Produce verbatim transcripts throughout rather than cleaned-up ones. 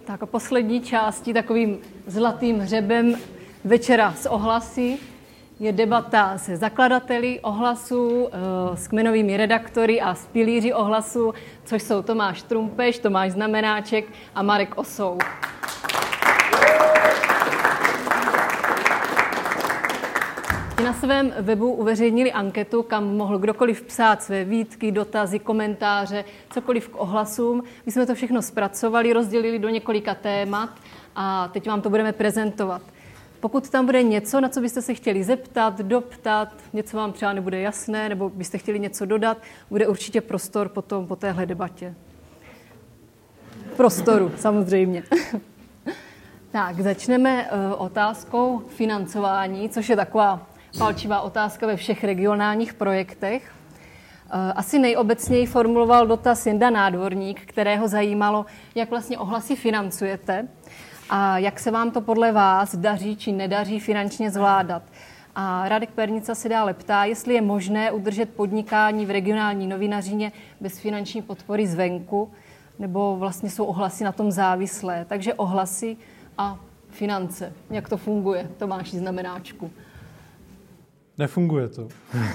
Tak a poslední částí, takovým zlatým hřebem večera s ohlasy, je debata se zakladateli Ohlasu, s kmenovými redaktory a s pilíři Ohlasu, což jsou Tomáš Trumpeš, Tomáš Znamenáček a Marek Osou. Na svém webu uveřejnili anketu, kam mohl kdokoliv psát své výtky, dotazy, komentáře, cokoliv k ohlasům. My jsme to všechno zpracovali, rozdělili do několika témat a teď vám to budeme prezentovat. Pokud tam bude něco, na co byste se chtěli zeptat, doptat, něco vám třeba nebude jasné, nebo byste chtěli něco dodat, bude určitě prostor potom po téhle debatě. Prostoru, samozřejmě. Tak, začneme otázkou financování, což je taková palčivá otázka ve všech regionálních projektech. Asi nejobecněji formuloval dotaz Jenda Nádvorník, kterého zajímalo, jak vlastně ohlasy financujete a jak se vám to podle vás daří či nedaří finančně zvládat. A Radek Pernica se dále ptá, jestli je možné udržet podnikání v regionální novinařině bez finanční podpory zvenku, nebo vlastně jsou ohlasy na tom závislé. Takže ohlasy a finance. Jak to funguje, Tomáši Znamenáčku? Nefunguje to.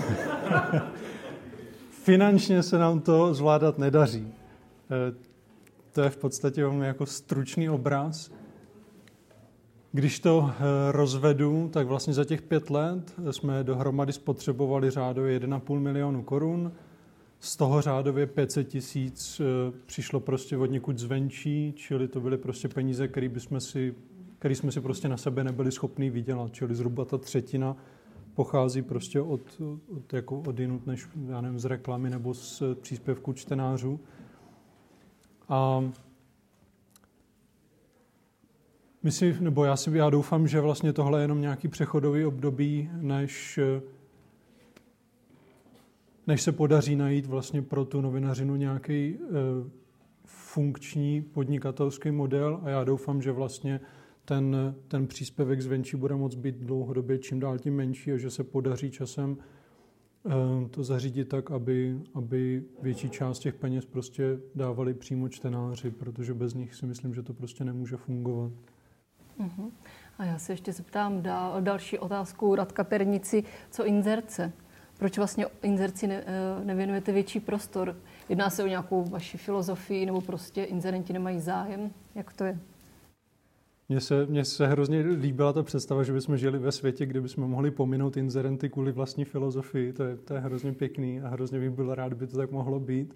Finančně se nám to zvládat nedaří. To je v podstatě velmi jako stručný obraz. Když to rozvedu, tak vlastně za těch pět let jsme dohromady spotřebovali řádově jeden a půl milionu korun. Z toho řádově pět set tisíc přišlo prostě od někud zvenčí, čili to byly prostě peníze, které bychom si, které jsme si prostě na sebe nebyli schopni vydělat. Čili zhruba ta třetina pochází prostě od, od, jako od jinut, než já nevím, z reklamy nebo z příspěvku čtenářů. A my si, nebo já si já doufám, že vlastně tohle je jenom nějaký přechodový období, než, než se podaří najít vlastně pro tu novinařinu nějaký e, funkční podnikatelský model a já doufám, že vlastně ten, ten příspěvek zvenčí bude moct být dlouhodobě čím dál tím menší a že se podaří časem e, to zařídit tak, aby, aby větší část těch peněz prostě dávali přímo čtenáři, protože bez nich si myslím, že to prostě nemůže fungovat. Uh-huh. A já se ještě zeptám dál, další otázku Radka Pernici, co inzerce? Proč vlastně inzerci ne, nevěnujete větší prostor? Jedná se o nějakou vaši filozofii nebo prostě inzerenti nemají zájem? Jak to je? Mně se, mně se hrozně líbila ta představa, že bychom žili ve světě, kde bychom mohli pominout inzerenty kvůli vlastní filozofii. To je, to je hrozně pěkný a hrozně bych byl rád, kdyby to tak mohlo být.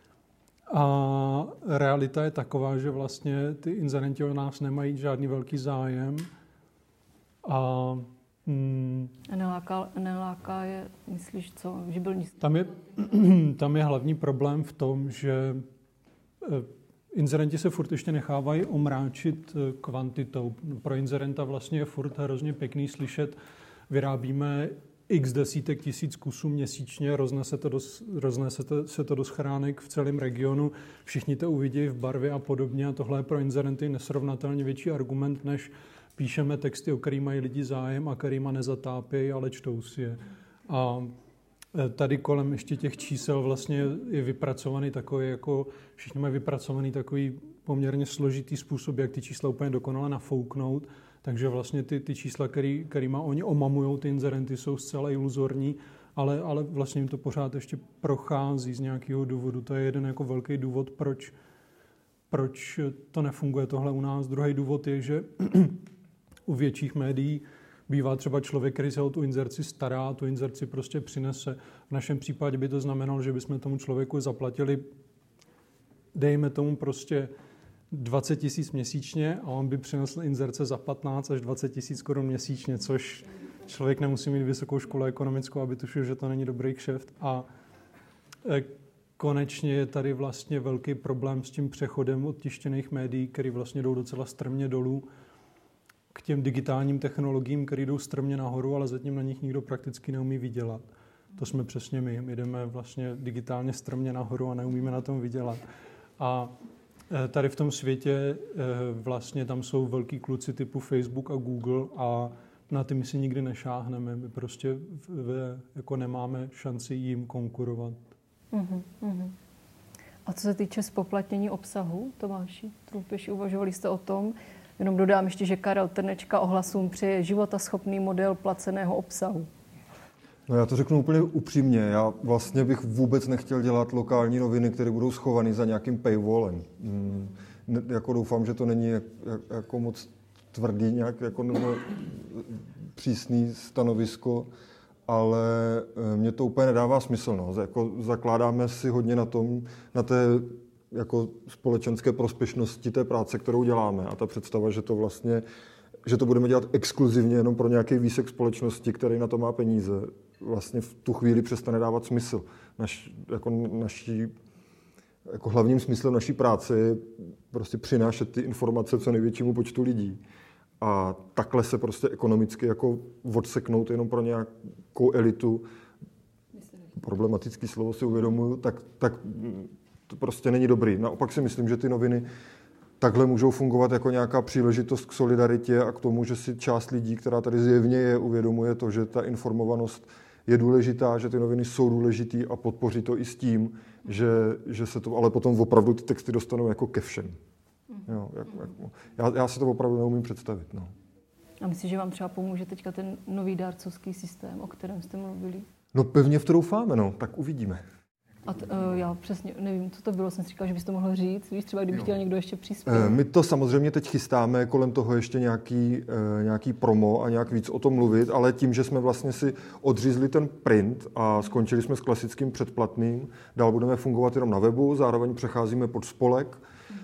A realita je taková, že vlastně ty inzerenti o nás nemají žádný velký zájem. A, mm, a neláká, neláká je, myslíš co? Že byl nic... tam, je, tam je hlavní problém v tom, že inzerenti se furt ještě nechávají omráčit kvantitou. Pro inzerenta vlastně je furt hrozně pěkný slyšet, vyrábíme x desítek tisíc kusů měsíčně, roznese to do, roznese to, se to do schránek v celém regionu, všichni to uvidí v barvě a podobně a tohle je pro inzerenty nesrovnatelně větší argument, než píšeme texty, o který mají lidi zájem a kterýma nezatápějí, ale čtou si je. A tady kolem ještě těch čísel vlastně je vypracovaný takový, jako všichni mají vypracovaný takový poměrně složitý způsob, jak ty čísla úplně dokonale nafouknout. Takže vlastně ty, ty čísla, který, kterýma oni omamujou ty inzerenty, jsou zcela iluzorní, ale, ale vlastně jim to pořád ještě prochází z nějakého důvodu. To je jeden jako velký důvod, proč, proč to nefunguje tohle u nás. Druhý důvod je, že u větších médií bývá třeba člověk, který se o tu inzerci stará a tu inzerci prostě přinese. V našem případě by to znamenalo, že bychom tomu člověku zaplatili, dejme tomu prostě dvacet tisíc měsíčně a on by přinesl inzerce za patnáct až dvacet tisíc korun měsíčně, což člověk nemusí mít vysokou školu ekonomickou, aby tušil, že to není dobrý kšeft. A konečně je tady vlastně velký problém s tím přechodem od tištěných médií, který vlastně jdou docela strmě dolů, k těm digitálním technologiím, které jdou strmě nahoru, ale zatím na nich nikdo prakticky neumí vydělat. To jsme přesně my. My jdeme vlastně digitálně strmě nahoru a neumíme na tom vydělat. A tady v tom světě vlastně tam jsou velký kluci typu Facebook a Google a na ty my si nikdy nešáhneme. My prostě v, jako nemáme šanci jim konkurovat. Uh-huh, uh-huh. A co se týče spoplatnění obsahu, Tomáši Troupeši, uvažovali jste o tom? Jenom dodám ještě, že Karel Trnečka ohlasům přeje životaschopný model placeného obsahu. No já to řeknu úplně upřímně. Já vlastně bych vůbec nechtěl dělat lokální noviny, které budou schované za nějakým paywallem. Hmm. Jako doufám, že to není jak, jak, jako moc tvrdý, nějak jako nebo přísný stanovisko, ale mně to úplně nedává smysl. No. Jako zakládáme si hodně na tom, na té jako společenské prospěšnosti té práce, kterou děláme. A ta představa, že to vlastně, že to budeme dělat exkluzivně jenom pro nějaký výsek společnosti, který na to má peníze, vlastně v tu chvíli přestane dávat smysl. Naš, jako naší, jako hlavním smyslem naší práce je prostě přinášet ty informace co největšímu počtu lidí. A takhle se prostě ekonomicky jako odseknout jenom pro nějakou elitu, problematický slovo si uvědomuju, tak, tak to prostě není dobrý. Naopak si myslím, že ty noviny takhle můžou fungovat jako nějaká příležitost k solidaritě a k tomu, že si část lidí, která tady zjevně je, uvědomuje to, že ta informovanost je důležitá, že ty noviny jsou důležitý a podpoří to i s tím, že, že se to, ale potom opravdu ty texty dostanou jako ke všem. Jo, jak, jak, já, já si to opravdu neumím představit. No. A myslíš, že vám třeba pomůže teďka ten nový dárcovský systém, o kterém jste mluvili? No pevně v to doufáme, no, tak uvidíme. A t, uh, já přesně nevím, co to bylo, jsem si říkal, že bys to mohl říct, víš, třeba kdyby chtěl někdo ještě přispět. My to samozřejmě teď chystáme, kolem toho ještě nějaký, uh, nějaký promo a nějak víc o tom mluvit, ale tím, že jsme vlastně si odřízli ten print a skončili jsme s klasickým předplatným, dál budeme fungovat jenom na webu, zároveň přecházíme pod spolek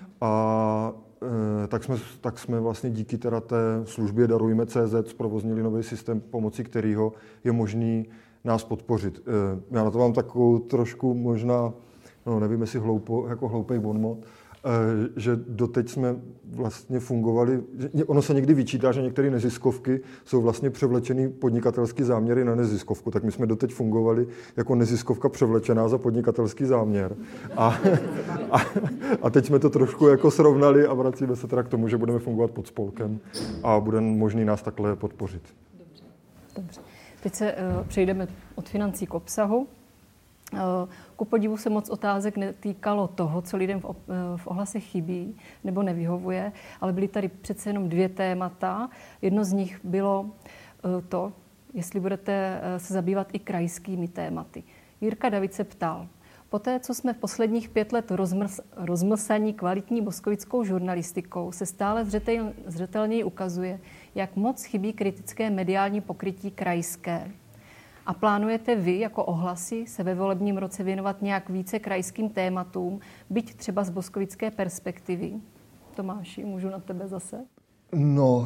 a uh, tak, jsme, tak jsme vlastně díky teda té službě Darujme tečka cé zet zprovoznili nový systém, pomocí kterého je možný nás podpořit. Já na to mám takovou trošku možná, no nevím, jestli hloupo, jako hloupej bonmot, že doteď jsme vlastně fungovali, ono se někdy vyčítá, že některé neziskovky jsou vlastně převlečený podnikatelský záměry na neziskovku, tak my jsme doteď fungovali jako neziskovka převlečená za podnikatelský záměr. A, a, a teď jsme to trošku jako srovnali a vracíme se teda k tomu, že budeme fungovat pod spolkem a bude možný nás takhle podpořit. Dobře. Dobře. Teď se uh, přejdeme od financí k obsahu. Uh, ku podivu se moc otázek netýkalo toho, co lidem v, uh, v ohlasech chybí nebo nevyhovuje, ale byly tady přece jenom dvě témata. Jedno z nich bylo uh, to, jestli budete uh, se zabývat i krajskými tématy. Jirka David se ptal, poté, co jsme v posledních pět let rozmrs, rozmlsaní kvalitní boskovickou žurnalistikou, se stále zřetel, zřetelněji ukazuje, jak moc chybí kritické mediální pokrytí krajské. A plánujete vy jako ohlasy se ve volebním roce věnovat nějak více krajským tématům, byť třeba z boskovické perspektivy? Tomáši, můžu na tebe zase? No,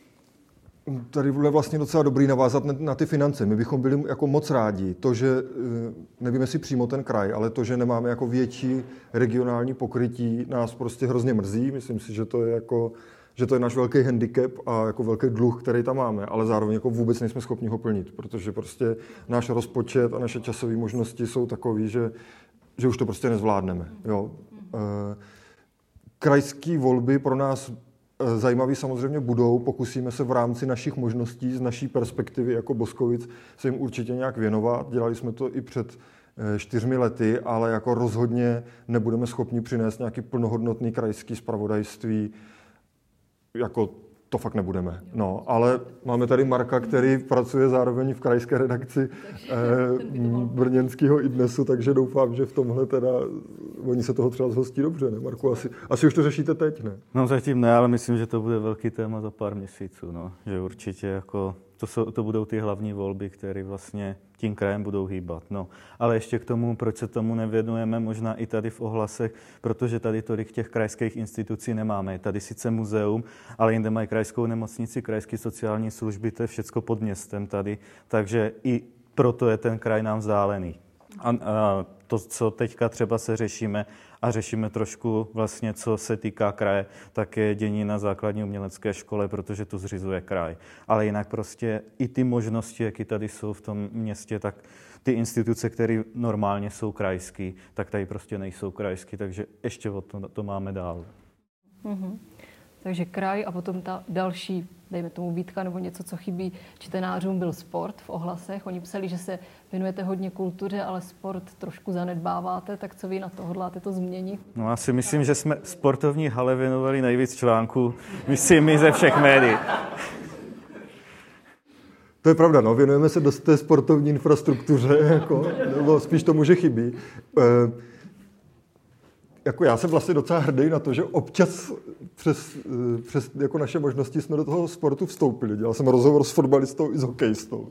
tady bude vlastně docela dobrý navázat na ty finance. My bychom byli jako moc rádi. To, že, nevím jestli přímo ten kraj, ale to, že nemáme jako větší regionální pokrytí, nás prostě hrozně mrzí. Myslím si, že to je jako že to je náš velký handicap a jako velký dluh, který tam máme, ale zároveň jako vůbec nejsme schopni ho plnit, protože prostě náš rozpočet a naše časové možnosti jsou takový, že, že už to prostě nezvládneme. Jo. Krajské volby pro nás zajímavý samozřejmě budou, pokusíme se v rámci našich možností, z naší perspektivy jako Boskovic se jim určitě nějak věnovat. Dělali jsme to i před čtyřmi lety, ale jako rozhodně nebudeme schopni přinést nějaký plnohodnotný krajský zpravodajství. Jako to fakt nebudeme. No, ale máme tady Marka, který pracuje zároveň v krajské redakci eh, brněnského iDnesu, takže doufám, že v tomhle teda oni se toho třeba zhostí dobře, ne, Marku? Asi, asi už to řešíte teď, ne? No zatím ne, ale myslím, že to bude velký téma za pár měsíců, no. Že určitě jako to, jsou, to budou ty hlavní volby, které vlastně tím krajem budou hýbat. No. Ale ještě k tomu, proč se tomu nevěnujeme, možná i tady v ohlasech, protože tady tolik těch krajských institucí nemáme. Je tady sice muzeum, ale jinde mají krajskou nemocnici, krajské sociální služby, to je všecko pod městem tady, takže i proto je ten kraj nám vzdálený. A, a to, co teďka třeba se řešíme, a řešíme trošku vlastně, co se týká kraje, tak je dění na základní umělecké škole, protože to zřizuje kraj. Ale jinak prostě i ty možnosti, jaké tady jsou v tom městě, tak ty instituce, které normálně jsou krajské, tak tady prostě nejsou krajské, takže ještě o to, to máme dál. Mm-hmm. Takže kraj a potom ta další, dejme tomu výtka nebo něco, co chybí čtenářům, byl sport v ohlasech. Oni psali, že se věnujete hodně kultuře, ale sport trošku zanedbáváte, tak co vy na to hodláte to změnit? No já si myslím, že jsme sportovní hale věnovali nejvíc článků, myslím my ze všech médií. To je pravda, no, věnujeme se dost té sportovní infrastruktuře, jako, nebo spíš tomu, že chybí. E, jako já jsem vlastně docela hrdý na to, že občas přes, přes jako naše možnosti jsme do toho sportu vstoupili. Dělal jsem rozhovor s fotbalistou i s hokejistou.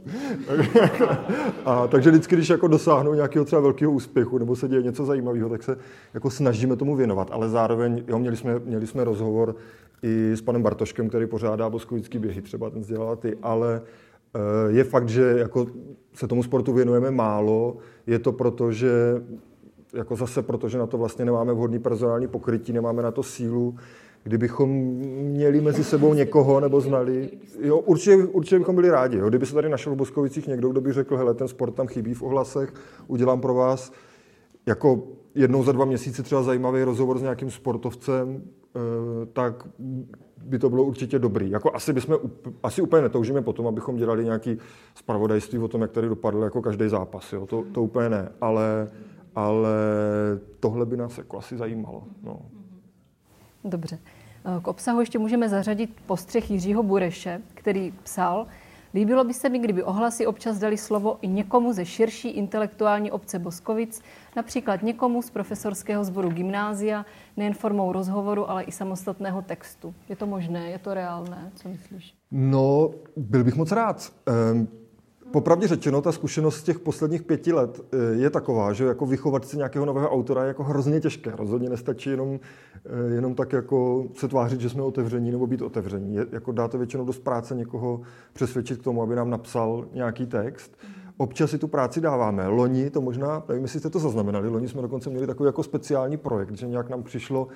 A takže vždycky, když jako dosáhnou nějakého třeba velkého úspěchu nebo se děje něco zajímavého, tak se jako snažíme tomu věnovat. Ale zároveň, jo, měli jsme, měli jsme rozhovor i s panem Bartoškem, který pořádá boskovický běhy, třeba ten dělala ty, ale je fakt, že jako se tomu sportu věnujeme málo. Je to proto, že jako zase proto, že na to vlastně nemáme vhodný personální pokrytí, nemáme na to sílu. Kdybychom měli mezi sebou někoho nebo znali, jo, určitě, určitě bychom byli rádi. Jo. Kdyby se tady našel v Boskovicích někdo, kdo by řekl, hele, ten sport tam chybí v ohlasech, udělám pro vás jako jednou za dva měsíce třeba zajímavý rozhovor s nějakým sportovcem, tak by to bylo určitě dobrý. Jako asi bychom asi úplně netoužíme potom, abychom dělali nějaký zpravodajství o tom, jak tady dopadl jako každý zápas. Jo. To, to úplně ne, ale, ale tohle by nás jako asi zajímalo. No. Dobře. K obsahu ještě můžeme zařadit postřeh Jiřího Bureše, který psal: líbilo by se mi, kdyby ohlasy občas dali slovo i někomu ze širší intelektuální obce Boskovic, například někomu z profesorského sboru gymnázia, nejen formou rozhovoru, ale i samostatného textu. Je to možné? Je to reálné? Co myslíš? No, byl bych moc rád. Um... Popravdě řečeno, ta zkušenost z těch posledních pěti let je taková, že jako vychovat si nějakého nového autora je jako hrozně těžké. Rozhodně nestačí jenom, jenom tak jako se tvářit, že jsme otevření nebo být otevření. Je, jako dáte většinou dost práce někoho přesvědčit k tomu, aby nám napsal nějaký text. Občas si tu práci dáváme. Loni to možná, nevím, jestli jste to zaznamenali, loni jsme dokonce měli takový jako speciální projekt, že nějak nám přišlo,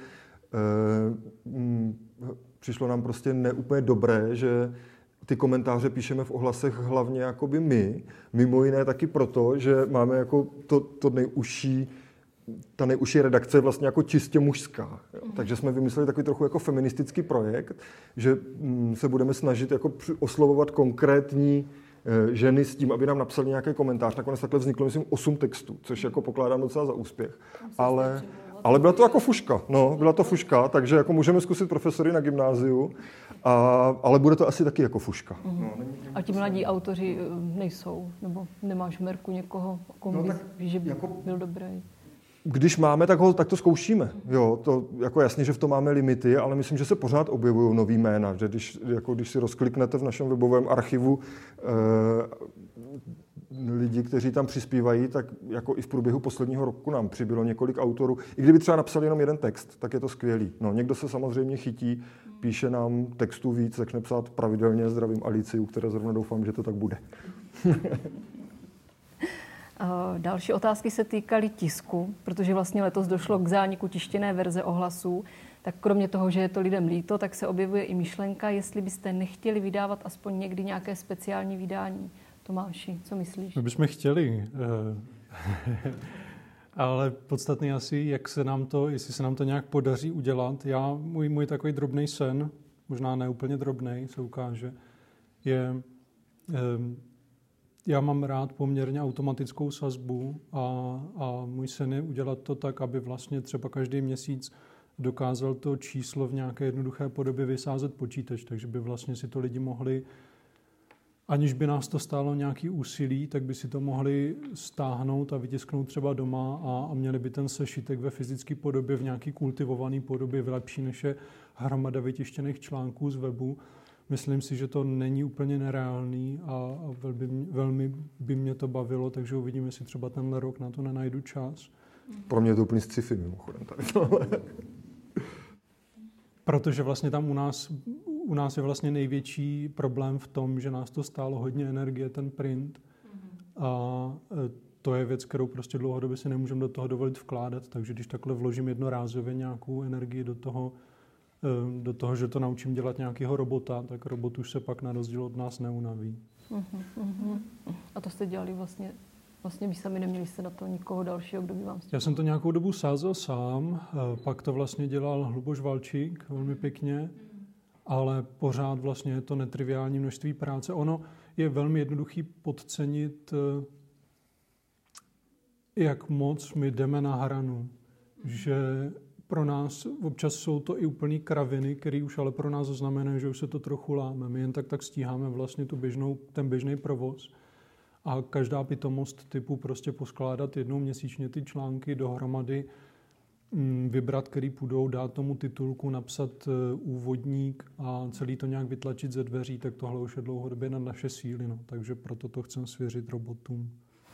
eh, m, přišlo nám prostě neúplně dobré, že ty komentáře píšeme v ohlasech hlavně jakoby my, mimo jiné taky proto, že máme jako to, to nejužší, ta nejužší redakce je vlastně jako čistě mužská. Jo. Takže jsme vymysleli takový trochu jako feministický projekt, že mm, se budeme snažit jako oslovovat konkrétní e, ženy s tím, aby nám napsali nějaký komentář. Nakonec takhle vzniklo, myslím, osm textů, což jako pokládám docela za úspěch. Ale, ale byla to jako fuška, no, byla to fuška, takže jako můžeme zkusit profesory na gymnáziu, a, ale bude to asi taky jako fuška. Mm. No, a ti mladí autoři nejsou? Nebo nemáš v merku někoho, komu no, víš, že by jako, byl dobrý? Když máme, tak, ho, tak to zkoušíme. Jo, to jako jasně, že v tom máme limity, ale myslím, že se pořád objevují nový jména. Že když, jako když si rozkliknete v našem webovém archivu eh, lidi, kteří tam přispívají, tak jako i v průběhu posledního roku nám přibylo několik autorů. I kdyby třeba napsali jenom jeden text, tak je to skvělý. No, někdo se samozřejmě chytí, píše nám textů víc, začne psát pravidelně, zdravím Aliciu, které zrovna doufám, že to tak bude. Další otázky se týkaly tisku, protože vlastně letos došlo k zániku tištěné verze ohlasů. Tak kromě toho, že je to lidem líto, tak se objevuje i myšlenka, jestli byste nechtěli vydávat aspoň někdy nějaké speciální vydání. Tomáši, co myslíš? My bychom chtěli, ale podstatný asi, jak se nám to, jestli se nám to nějak podaří udělat. Já, můj, můj takový drobný sen, možná ne úplně drobnej, se ukáže, je, já mám rád poměrně automatickou sazbu a, a můj sen je udělat to tak, aby vlastně třeba každý měsíc dokázal to číslo v nějaké jednoduché podobě vysázet počítač, takže by vlastně si to lidi mohli, aniž by nás to stálo nějaký úsilí, tak by si to mohli stáhnout a vytisknout třeba doma a, a měli by ten sešitek ve fyzické podobě, v nějaký kultivovaný podobě, lepší než je hromada vytištěných článků z webu. Myslím si, že to není úplně nereálný a, a velmi, velmi by mě to bavilo, takže uvidíme, jestli třeba tenhle rok na to nenajdu čas. Pro mě je to úplně sci-fi mimochodem tady tohle. Protože vlastně tam u nás, u nás je vlastně největší problém v tom, že nás to stálo hodně energie, ten print. A to je věc, kterou prostě dlouhodobě si nemůžeme do toho dovolit vkládat, takže když takhle vložím jednorázově nějakou energii do toho, do toho, že to naučím dělat nějakého robota, tak robot už se pak na rozdíl od nás neunaví. Uh-huh, uh-huh. A to jste dělali vlastně, vlastně vy sami neměli jste na to nikoho dalšího, kdo by vám... Já jsem to nějakou dobu sázel sám, pak to vlastně dělal Luboš Valčík velmi pěkně ale pořád vlastně je to netriviální množství práce. Ono je velmi jednoduchý podcenit, jak moc my jdeme na hranu, že pro nás občas jsou to i úplný kraviny, které už ale pro nás znamenají, že už se to trochu láme. My jen tak tak stíháme vlastně tu běžnou, ten běžný provoz. A každá pitomost typu prostě poskládat jednou měsíčně ty články dohromady, vybrat, který půjdou, dát tomu titulku, napsat úvodník a celý to nějak vytlačit ze dveří, tak tohle už je dlouhodobě na naše síly. No. Takže proto to chcem svěřit robotům.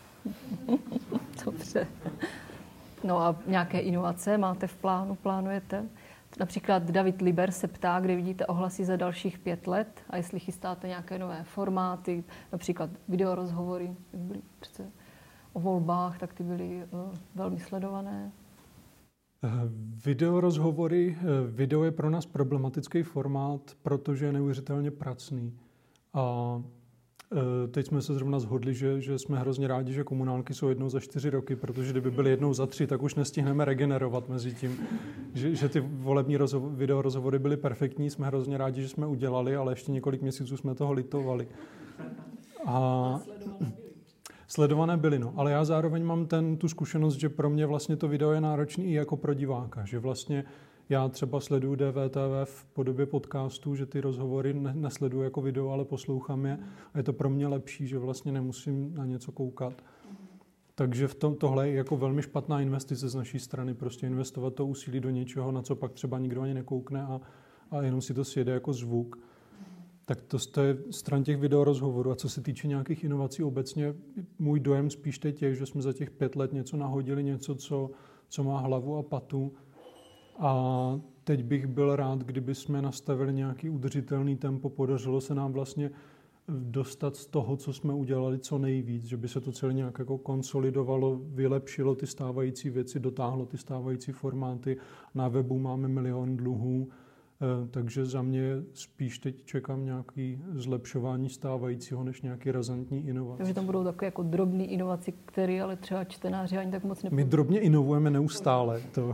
Dobře. No a nějaké inovace máte v plánu, plánujete? Například David Liber se ptá, kde vidíte ohlasy za dalších pět let a jestli chystáte nějaké nové formáty, například videorozhovory, jak byly přece o volbách, tak ty byly uh, velmi sledované. Videorozhovory, video je pro nás problematický formát, protože je neuvěřitelně pracný. A teď jsme se zrovna shodli, že, že jsme hrozně rádi, že komunálky jsou jednou za čtyři roky, protože kdyby byly jednou za tři, tak už nestihneme regenerovat mezi tím. Že, že ty volební rozho- videorozhovory byly perfektní, jsme hrozně rádi, že jsme udělali, ale ještě několik měsíců jsme toho litovali. A sledované byly, no. Ale já zároveň mám ten, tu zkušenost, že pro mě vlastně to video je náročný i jako pro diváka, že vlastně já třeba sleduju D V T V v podobě podcastu, že ty rozhovory ne- nesleduju jako video, ale poslouchám je a je to pro mě lepší, že vlastně nemusím na něco koukat. Takže v tom, tohle je jako velmi špatná investice z naší strany, prostě investovat to úsilí do něčeho, na co pak třeba nikdo ani nekoukne a, a jenom si to sjede jako zvuk. Tak to, to je stran těch videorozhovorů. A co se týče nějakých inovací obecně, můj dojem spíš teď je, že jsme za těch pět let něco nahodili, něco, co, co má hlavu a patu. A teď bych byl rád, kdyby jsme nastavili nějaký udržitelný tempo. Podařilo se nám vlastně dostat z toho, co jsme udělali, co nejvíc, že by se to celé nějak jako konsolidovalo, vylepšilo ty stávající věci, dotáhlo ty stávající formáty. Na webu máme milion dluhů, takže za mě spíš teď čekám nějaké zlepšování stávajícího, než nějaký razantní inovace. Takže tam budou takové jako drobné inovace, které ale třeba čtenáři ani tak moc nepomůžou. My drobně inovujeme neustále. To...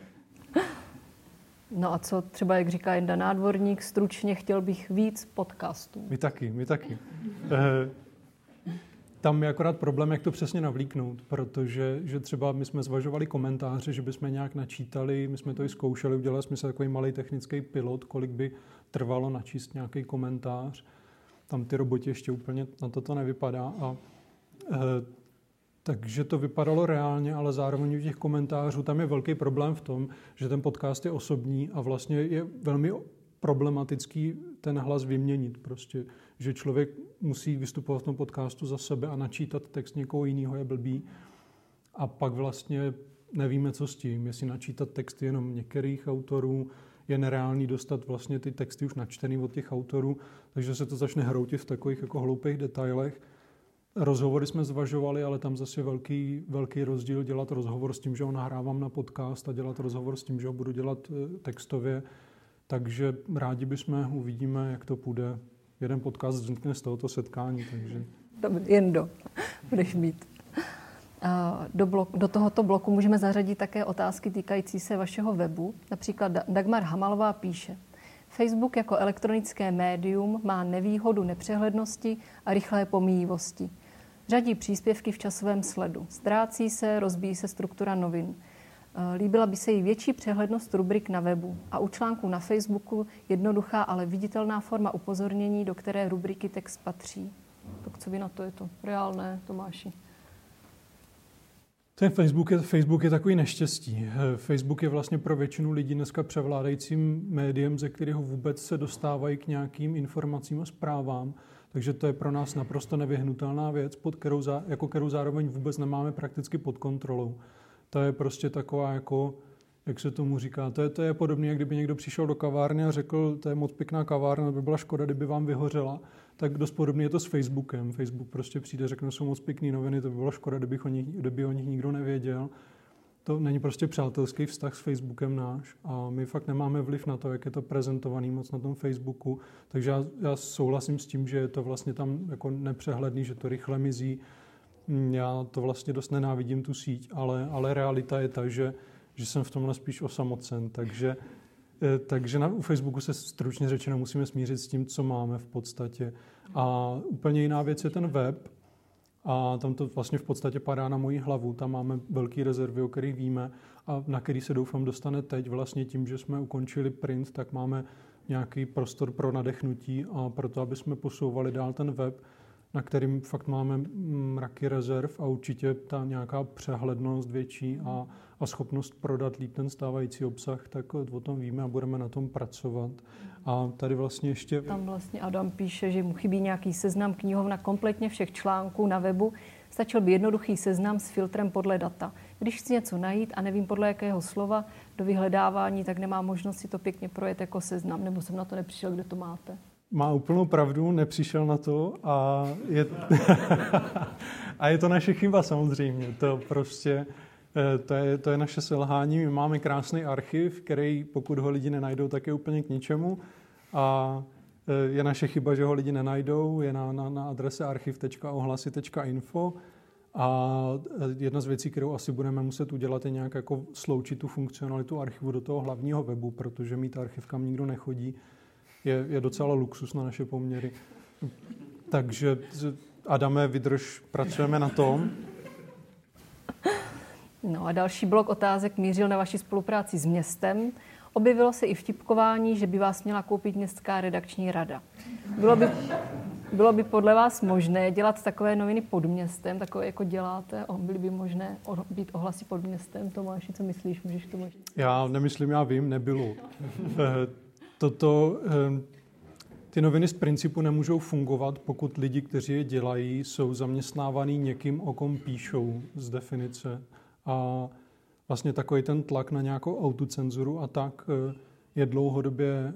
No a co třeba, jak říká Jenda Nádvorník, stručně chtěl bych víc podcastů. My taky, my taky. E, tam je akorát problém, jak to přesně navlíknout, protože že třeba my jsme zvažovali komentáře, že bychom nějak načítali, my jsme to i zkoušeli, udělali jsme se takový malý technický pilot, kolik by trvalo načíst nějaký komentář. Tam ty roboti ještě úplně na toto nevypadá. A, e, takže to vypadalo reálně, ale zároveň u těch komentářů tam je velký problém v tom, že ten podcast je osobní a vlastně je velmi problematický ten hlas vyměnit. Prostě, že člověk musí vystupovat v tom podcastu za sebe a načítat text někoho jiného je blbý. A pak vlastně nevíme, co s tím. Jestli načítat texty jenom některých autorů, je nereálný dostat vlastně ty texty už načtený od těch autorů, takže se to začne hroutit v takových jako hloupých detailech. Rozhovory jsme zvažovali, ale tam zase je velký, velký rozdíl dělat rozhovor s tím, že ho nahrávám na podcast a dělat rozhovor s tím, že ho budu dělat textově. Takže rádi bychom, uvidíme, jak to půjde. Jeden podcast vznikne z tohoto setkání. Takže... Dobře, jen do. Budeš mít. Do, blok, do tohoto bloku můžeme zařadit také otázky týkající se vašeho webu. Například Dagmar Hamalová píše: Facebook jako elektronické médium má nevýhodu nepřehlednosti a rychlé pomíjivosti. Řadí příspěvky v časovém sledu. Ztrácí se, rozbíjí se struktura novin. Líbila by se jí větší přehlednost rubrik na webu a u článku na Facebooku jednoduchá, ale viditelná forma upozornění, do které rubriky text patří. Tak co vy na to, je to reálné, Tomáši? Ten Facebook je, Facebook je takový neštěstí. Facebook je vlastně pro většinu lidí dneska převládajícím médiem, ze kterého vůbec se dostávají k nějakým informacím a zprávám. Takže to je pro nás naprosto nevyhnutelná věc, pod kterou, jako kterou zároveň vůbec nemáme prakticky pod kontrolou. To je prostě taková jako, jak se tomu říká, to je, to je podobné, jak kdyby někdo přišel do kavárny a řekl, to je moc pěkná kavárna, by byla škoda, kdyby vám vyhořela. Tak dost podobně je to s Facebookem. Facebook prostě přijde, řekne, jsou moc pěkný noviny, to by bylo škoda, kdyby o nich, kdyby o nich nikdo nevěděl. To není prostě přátelský vztah s Facebookem náš a my fakt nemáme vliv na to, jak je to prezentovaný moc na tom Facebooku. Takže já, já souhlasím s tím, že je to vlastně tam jako nepřehledný, že to rychle mizí. Já to vlastně dost nenávidím, tu síť, ale, ale realita je ta, že, že jsem v tomhle spíš osamocen. Takže Takže na, u Facebooku se stručně řečeno musíme smířit s tím, co máme v podstatě. A úplně jiná věc je ten web. A tam to vlastně v podstatě padá na moji hlavu. Tam máme velké rezervy, o kterých víme a na který se doufám dostane teď. Vlastně tím, že jsme ukončili print, tak máme nějaký prostor pro nadechnutí a proto, aby jsme posouvali dál ten web, na kterým fakt máme mraky rezerv a určitě ta nějaká přehlednost větší a, a schopnost prodat líp ten stávající obsah, tak o tom víme a budeme na tom pracovat. A tady vlastně ještě... Tam vlastně Adam píše, že mu chybí nějaký seznam knihovna kompletně všech článků na webu. Stačil by jednoduchý seznam s filtrem podle data. Když chci něco najít a nevím podle jakého slova do vyhledávání, tak nemám možnost si to pěkně projet jako seznam, nebo jsem na to nepřišel, kde to máte. Má úplnou pravdu, nepřišel na to a je, a je to naše chyba samozřejmě. To prostě, to je, to je naše selhání. My máme krásný archiv, který pokud ho lidi nenajdou, tak je úplně k ničemu. A je naše chyba, že ho lidi nenajdou. Je na, na, na adrese archiv tečka ohlasy tečka info. A jedna z věcí, kterou asi budeme muset udělat, je nějak jako sloučit tu funkcionalitu archivu do toho hlavního webu, protože mít archiv, kam nikdo nechodí, je, je docela luxus na naše poměry. Takže Adame, vydrž, pracujeme na tom. No a další blok otázek mířil na vaši spolupráci s městem. Objevilo se i vtipkování, že by vás měla koupit městská redakční rada. Bylo by, bylo by podle vás možné dělat takové noviny pod městem, takové jako děláte? Byly by možné být ohlasy pod městem? Tomáši, co myslíš? Můžeš to možná? Já nemyslím, já vím, nebylo. Toto, ty noviny z principu nemůžou fungovat, pokud lidi, kteří je dělají, jsou zaměstnávaný někým, o kom píšou z definice. A vlastně takový ten tlak na nějakou autocenzuru a tak je dlouhodobě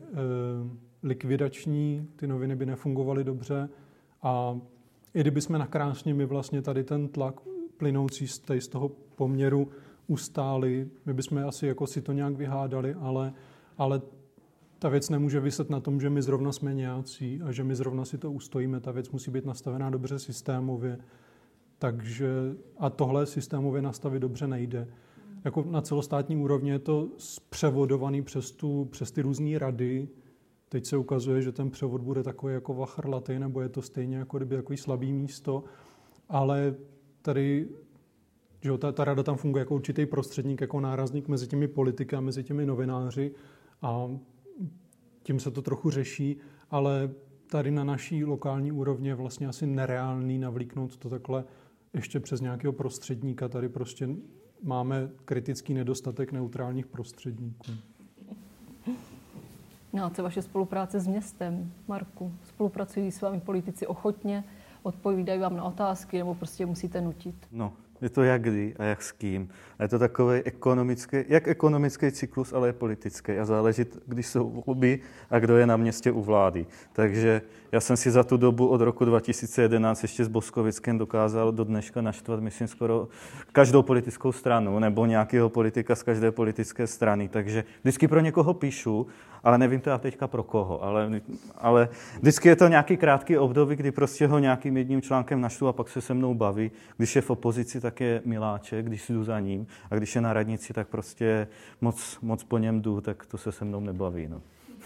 likvidační, ty noviny by nefungovaly dobře a i kdybychom nakrásně my vlastně tady ten tlak plynoucí z toho poměru ustáli, my bychom asi jako si to nějak vyhádali, ale, ale ta věc nemůže vyset na tom, že my zrovna jsme nějací a že my zrovna si to ustojíme. Ta věc musí být nastavená dobře systémově. Takže a tohle systémově nastavit dobře nejde. Jako na celostátní úrovni je to zpřevodovaný přes, tu, přes ty různé rady. Teď se ukazuje, že ten převod bude takový jako vachrlatý, nebo je to stejně jako kdyby takový slabý místo. Ale tady, že ta, ta rada tam funguje jako určitý prostředník, jako nárazník mezi těmi politiky a mezi těmi novináři. A tím se to trochu řeší, ale tady na naší lokální úrovni je vlastně asi nereálný navlíknout to takhle ještě přes nějakého prostředníka. Tady prostě máme kritický nedostatek neutrálních prostředníků. No a co vaše spolupráce s městem, Marku? Spolupracují s vámi politici ochotně, odpovídají vám na otázky, nebo prostě musíte nutit? No, je to jak kdy a jak s kým. A je to takový ekonomický, jak ekonomický cyklus, ale je politický. A záleží, když jsou volby a kdo je na městě u vlády. Takže já jsem si za tu dobu od roku dva tisíce jedenáct ještě s Boskovickem dokázal do dneška naštvat, myslím, skoro každou politickou stranu nebo nějakého politika z každé politické strany. Takže vždycky pro někoho píšu, ale nevím teda teďka pro koho. Ale, ale vždycky je to nějaký krátký období, kdy prostě ho nějakým jedním článkem naštvu a pak se se mnou baví. Když je v opozici, tak je miláček, když jdu za ním. A když je na radnici, tak prostě moc, moc po něm jdu, tak to se se mnou nebaví. No.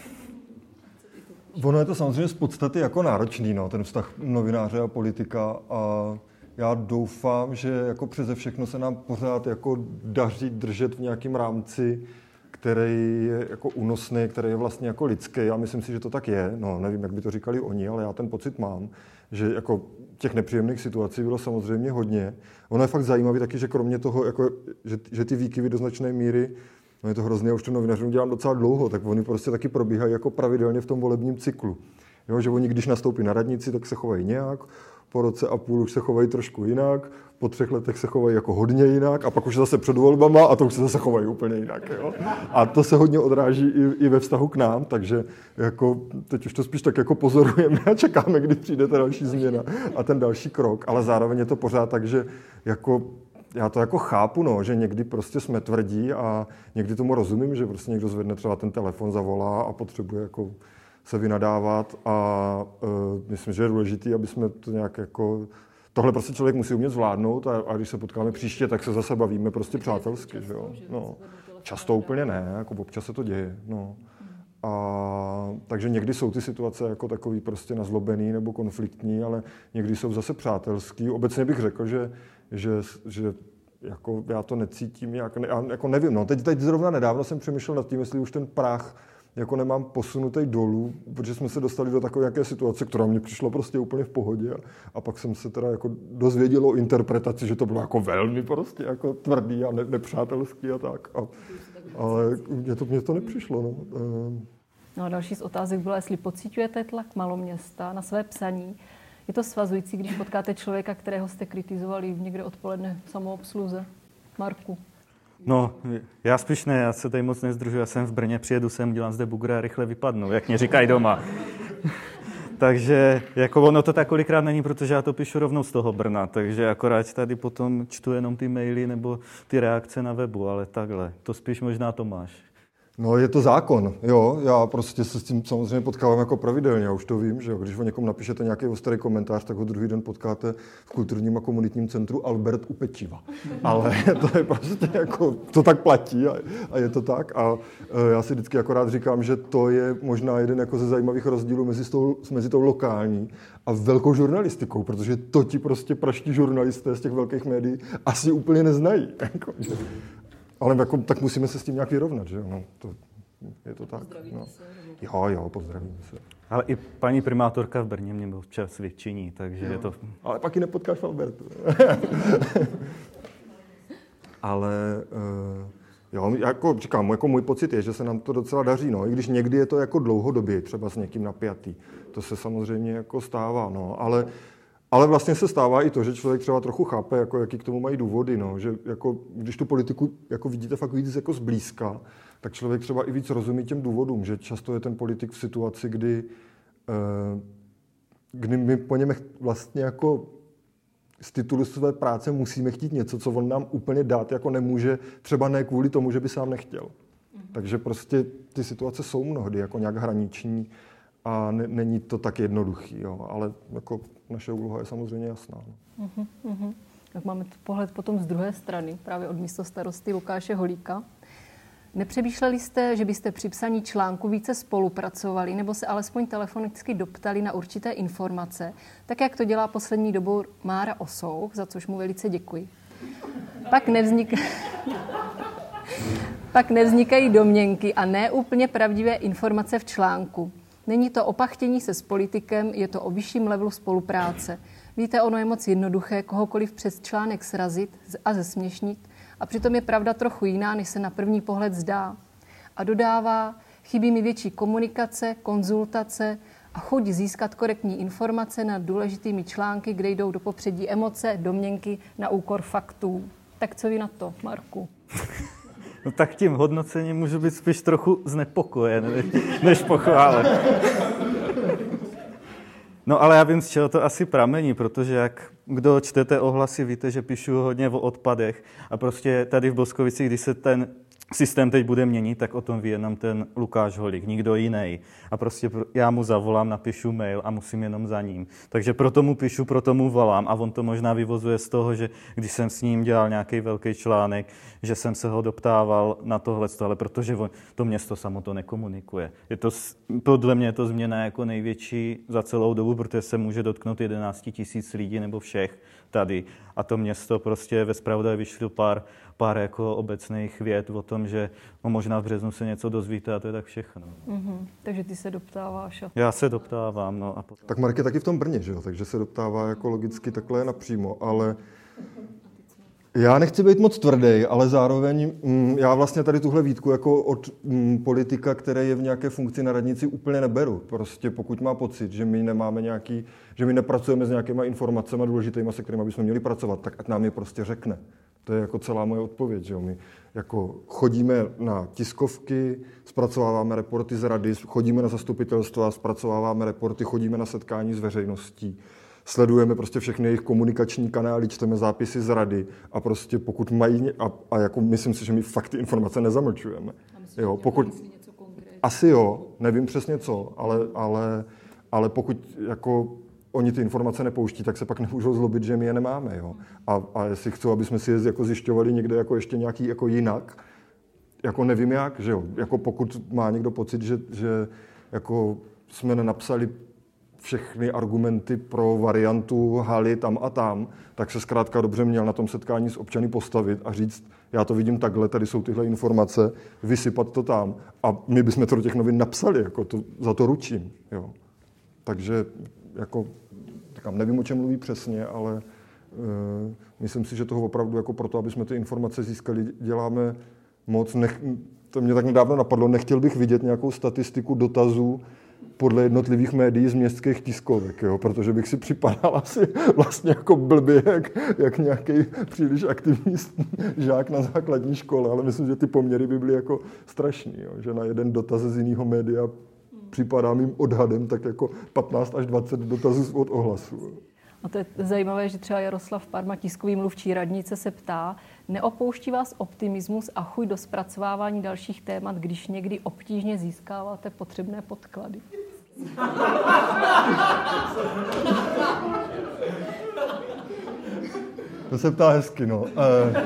Ono je to samozřejmě z podstaty jako náročný, no, ten vztah novináře a politika a já doufám, že jako přeze všechno se nám pořád jako daří držet v nějakém rámci, který je jako únosný, který je vlastně jako lidský. Já myslím si, že to tak je. No, nevím, jak by to říkali oni, ale já ten pocit mám, že jako těch nepříjemných situací bylo samozřejmě hodně. Ono je fakt zajímavé taky, že kromě toho, jako, že, že ty výkyvy do značné míry, no je to hrozně, já už to novinařům dělám docela dlouho, tak oni prostě taky probíhají jako pravidelně v tom volebním cyklu. Jo, že oni, když nastoupí na radnici, tak se chovají nějak, po roce a půl už se chovají trošku jinak, po třech letech se chovají jako hodně jinak a pak už zase před volbama a to už se zase chovají úplně jinak. Jo? A to se hodně odráží i, i ve vztahu k nám, takže jako, teď už to spíš tak jako pozorujeme a čekáme, kdy přijde ta další změna a ten další krok, ale zároveň je to pořád tak, že jako já to jako chápu, no, že někdy prostě jsme tvrdí a někdy tomu rozumím, že prostě někdo zvedne třeba ten telefon, zavolá a potřebuje jako se vynadávat a uh, myslím, že je důležitý, aby jsme to nějak jako... Tohle prostě člověk musí umět zvládnout a, a když se potkáme příště, tak se zase bavíme prostě přátelsky, že jo. No. často úplně ne, jako občas se to děje. No. A, takže někdy jsou ty situace jako takový prostě nazlobený nebo konfliktní, ale někdy jsou zase přátelský. Obecně bych řekl, že, že, že jako já to necítím, jak, ne, jako nevím. No. Teď, teď zrovna nedávno jsem přemýšlel nad tím, jestli už ten práh jako nemám posunutý dolů, protože jsme se dostali do takové nějaké situace, která mě přišla prostě úplně v pohodě. A, a pak jsem se teda jako dozvěděl o interpretaci, že to bylo jako velmi prostě jako tvrdý a ne, nepřátelský a tak. A, ale mně to, mně to nepřišlo. No. No a další z otázek byla, jestli pociťujete tlak maloměsta na své psaní. Je to svazující, když potkáte člověka, kterého jste kritizovali někde odpoledne v samoobsluze? Marku. No, já spíš ne, já se tady moc nezdržuji, já jsem v Brně, přijedu sem, dělám zde bugre a rychle vypadnu, jak mě říkají doma. Takže jako ono to tak kolikrát není, protože já to píšu rovnou z toho Brna, takže akorát tady potom čtu jenom ty maily nebo ty reakce na webu, ale takhle, to spíš možná Tomáš. No je to zákon, jo, já prostě se s tím samozřejmě potkávám jako pravidelně, já už to vím, že jo, když o někom napíšete nějaký ostrý komentář, tak ho druhý den potkáte v kulturním a komunitním centru Albert u pečiva. Ale to je prostě jako, to tak platí a, a je to tak a e, já si vždycky akorát říkám, že to je možná jeden jako ze zajímavých rozdílů mezi tou, mezi tou lokální a velkou žurnalistikou, protože to ti prostě praští žurnalisté z těch velkých médií asi úplně neznají. Jako, ale jako, tak musíme se s tím nějak vyrovnat, že jo? No, to, je to tak. No. Jo, jo, pozdravíme se. Ale i paní primátorka v Brně mě občas vyčiní, takže jo. Je to... Ale pak ji nepotkáš v Albertu. Ale uh, jo, jako říkám, jako můj pocit je, že se nám to docela daří, no, i když někdy je to jako dlouhodobě, třeba s někým napjatý. To se samozřejmě jako stává, no, ale Ale vlastně se stává i to, že člověk třeba trochu chápe, jako, jaký k tomu mají důvody. No. Že jako, když tu politiku jako vidíte fakt víc jako zblízka, tak člověk třeba i víc rozumí těm důvodům, že často je ten politik v situaci, kdy, eh, kdy my po něm vlastně jako z titulu své práce musíme chtít něco, co on nám úplně dát jako nemůže, třeba ne kvůli tomu, že by sám nechtěl. Mm. Takže prostě ty situace jsou mnohdy jako nějak hraniční a ne, není to tak jednoduchý, jo. Ale jako naše úloha je samozřejmě jasná. No. Uh-huh, uh-huh. Tak máme pohled potom z druhé strany, právě od místostarosty Lukáše Holíka. Nepřemýšleli jste, že byste při psaní článku více spolupracovali nebo se alespoň telefonicky doptali na určité informace, tak jak to dělá poslední dobou Mára Osouch, za což mu velice děkuji. Pak nevznik... Pak nevznikají domněnky a ne úplně pravdivé informace v článku. Není to opachtění se s politikem, je to o vyšším levelu spolupráce. Víte, ono je moc jednoduché kohokoliv přes článek srazit a zesměšnit a přitom je pravda trochu jiná, než se na první pohled zdá. A dodává, chybí mi větší komunikace, konzultace a chuť získat korektní informace nad důležitými články, kde jdou do popředí emoce, domněnky na úkor faktů. Tak co vy na to, Marku? No tak tím hodnocením můžu být spíš trochu znepokojen, než pochválen. No ale já vím, z čeho to asi pramení, protože jak kdo čtete ohlasy, víte, že píšu hodně o odpadech a prostě tady v Boskovicích, když se ten systém teď bude měnit, tak o tom ví jenom ten Lukáš Holík, nikdo jiný. A prostě já mu zavolám, napíšu mail a musím jenom za ním. Takže proto mu píšu, proto mu volám a on to možná vyvozuje z toho, že když jsem s ním dělal nějaký velký článek, že jsem se ho doptával na tohle, ale protože on, to město samo to nekomunikuje. Je to, podle mě je to změna jako největší za celou dobu, protože se může dotknout jedenáct tisíc lidí nebo všech tady. A to město prostě ve zpravodaji vyšlo pár, pár jako obecných vět o tom, že no, možná v březnu se něco dozvíte a to je tak všechno. Mm-hmm. Takže ty se doptáváš. A... Já se doptávám. No, a potom... Tak Marek je taky v tom Brně, že jo? Takže se doptává jako logicky takhle napřímo, ale já nechci být moc tvrdý, ale zároveň mm, já vlastně tady tuhle výtku jako od mm, politika, který je v nějaké funkci na radnici, úplně neberu. Prostě pokud má pocit, že my nemáme nějaký, že my nepracujeme s nějakýma informacemi důležitýma, se kterými bychom měli pracovat, tak ať nám je prostě řekne. To je jako celá moje odpověď, že jo. My jako chodíme na tiskovky, zpracováváme reporty z rady, chodíme na zastupitelstva, zpracováváme reporty, chodíme na setkání s veřejností. Sledujeme prostě všechny jejich komunikační kanály, čteme zápisy z rady a prostě pokud mají, a, a jako myslím si, že my fakt ty informace nezamlčujeme. Jo, pokud, asi jo, nevím přesně co, ale, ale, ale pokud jako oni ty informace nepouští, tak se pak nemůžou zlobit, že my je nemáme. Jo. A, a jestli chcou, aby jsme si je jako zjišťovali někde jako ještě nějaký jako jinak, jako nevím jak, že jo. Jako pokud má někdo pocit, že, že jako jsme nenapsali všechny argumenty pro variantu haly tam a tam, tak se zkrátka dobře měl na tom setkání s občany postavit a říct, já to vidím takhle, tady jsou tyhle informace, vysypat to tam a my bychom to do těch novin napsali, jako to, za to ručím. Jo. Takže jako, říkám, nevím, o čem mluví přesně, ale uh, myslím si, že toho opravdu jako proto, aby jsme ty informace získali, děláme moc. Nech, to mě tak nedávno napadlo, nechtěl bych vidět nějakou statistiku dotazů podle jednotlivých médií z městských tiskovek, jo? Protože bych si připadal asi vlastně jako blbě, jak, jak nějaký příliš aktivní žák na základní škole, ale myslím, že ty poměry by byly jako strašný, jo? Že na jeden dotaz z jiného média připadá mým odhadem tak jako patnáct až dvacet dotazů od ohlasu. A to je zajímavé, že třeba Jaroslav Parma, tiskový mluvčí radnice, se ptá, neopouští vás optimismus a chuť do zpracovávání dalších témat, když někdy obtížně získáváte potřebné podklady? To se ptá hezky, no. E,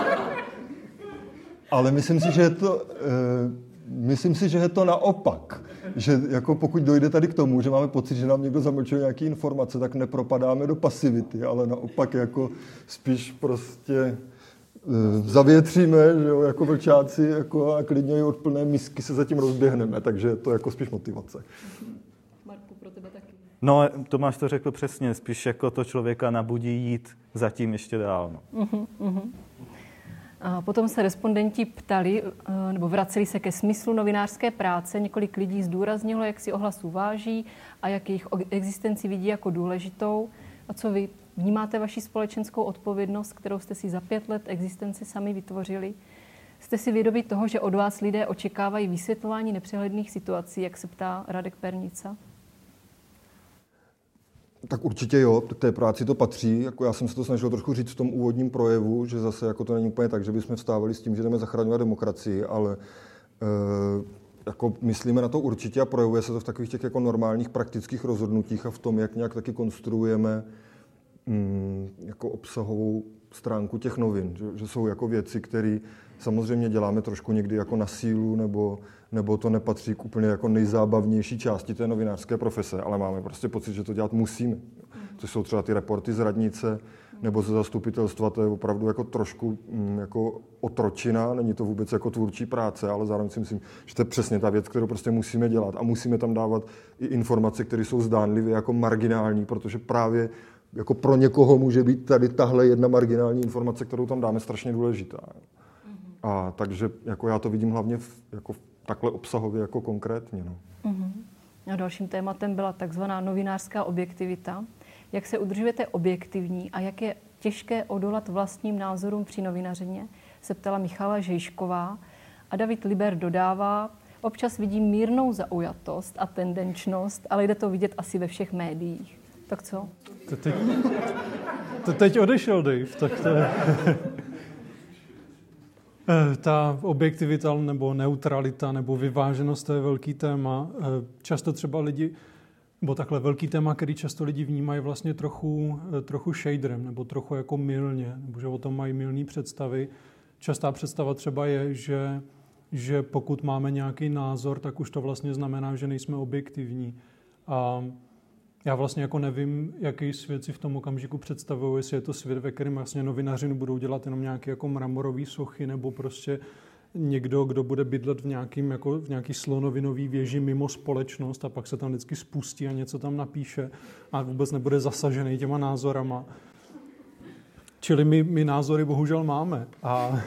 ale myslím si, že je to, e, myslím si, že je to naopak. Že jako pokud dojde tady k tomu, že máme pocit, že nám někdo zamlčuje nějaké informace, tak nepropadáme do pasivity, ale naopak jako spíš prostě e, zavětříme, že jo, jako vlčáci jako a klidně od plné misky se zatím rozběhneme, takže to je jako spíš motivace. Marku, pro tebe taky. No, Tomáš to řekl přesně, spíš jako to člověka nabudí jít zatím ještě dál. No. Uh-huh, uh-huh. A potom se respondenti ptali, nebo vraceli se ke smyslu novinářské práce. Několik lidí zdůraznilo, jak si ohlasů váží a jak jejich existenci vidí jako důležitou. A co vy? Vnímáte vaši společenskou odpovědnost, kterou jste si za pět let existence sami vytvořili? Jste si vědomi toho, že od vás lidé očekávají vysvětlování nepřehledných situací, jak se ptá Radek Pernica? Tak určitě jo, k té práci to patří. Jako já jsem se to snažil trošku říct v tom úvodním projevu, že zase jako to není úplně tak, že bychom vstávali s tím, že jdeme zachraňovat demokracii, ale e, jako myslíme na to určitě a projevuje se to v takových těch jako normálních praktických rozhodnutích a v tom, jak nějak taky konstruujeme mm, jako obsahovou stránku těch novin. Že, že jsou jako věci, které samozřejmě děláme trošku někdy jako na sílu, nebo, nebo to nepatří k úplně jako nejzábavnější části té novinářské profese, ale máme prostě pocit, že to dělat musíme. Což jsou třeba ty reporty z radnice nebo ze zastupitelstva, to je opravdu jako trošku mm, jako otročina, není to vůbec jako tvůrčí práce, ale zároveň si myslím, že to je přesně ta věc, kterou prostě musíme dělat a musíme tam dávat i informace, které jsou zdánlivě jako marginální, protože právě jako pro někoho může být tady tahle jedna marginální informace, kterou tam dáme, strašně důležitá. A takže jako já to vidím hlavně v, jako v takhle obsahově jako konkrétně. No. Uh-huh. A dalším tématem byla takzvaná novinářská objektivita. Jak se udržujete objektivní a jak je těžké odolat vlastním názorům při novinařině, se ptala Michala Žejšková. A David Liber dodává, občas vidím mírnou zaujatost a tendenčnost, ale jde to vidět asi ve všech médiích. Tak co? To teď, to teď odešel Dave, tak to je... Ta objektivita nebo neutralita nebo vyváženost, to je velký téma. Často třeba lidi, nebo takhle velký téma, který často lidi vnímají vlastně trochu, trochu shaderem nebo trochu jako mylně, nebo že o tom mají mylné představy. Častá představa třeba je, že, že pokud máme nějaký názor, tak už to vlastně znamená, že nejsme objektivní. A já vlastně jako nevím, jaký svět si v tom okamžiku představuju, jestli je to svět, ve kterém vlastně novinařinu budou dělat jenom nějaké jako mramorový sochy, nebo prostě někdo, kdo bude bydlet v, nějakým, jako v nějaký slonovinový věži mimo společnost a pak se tam vždycky spustí a něco tam napíše a vůbec nebude zasažený těma názorama. Čili my, my názory bohužel máme. A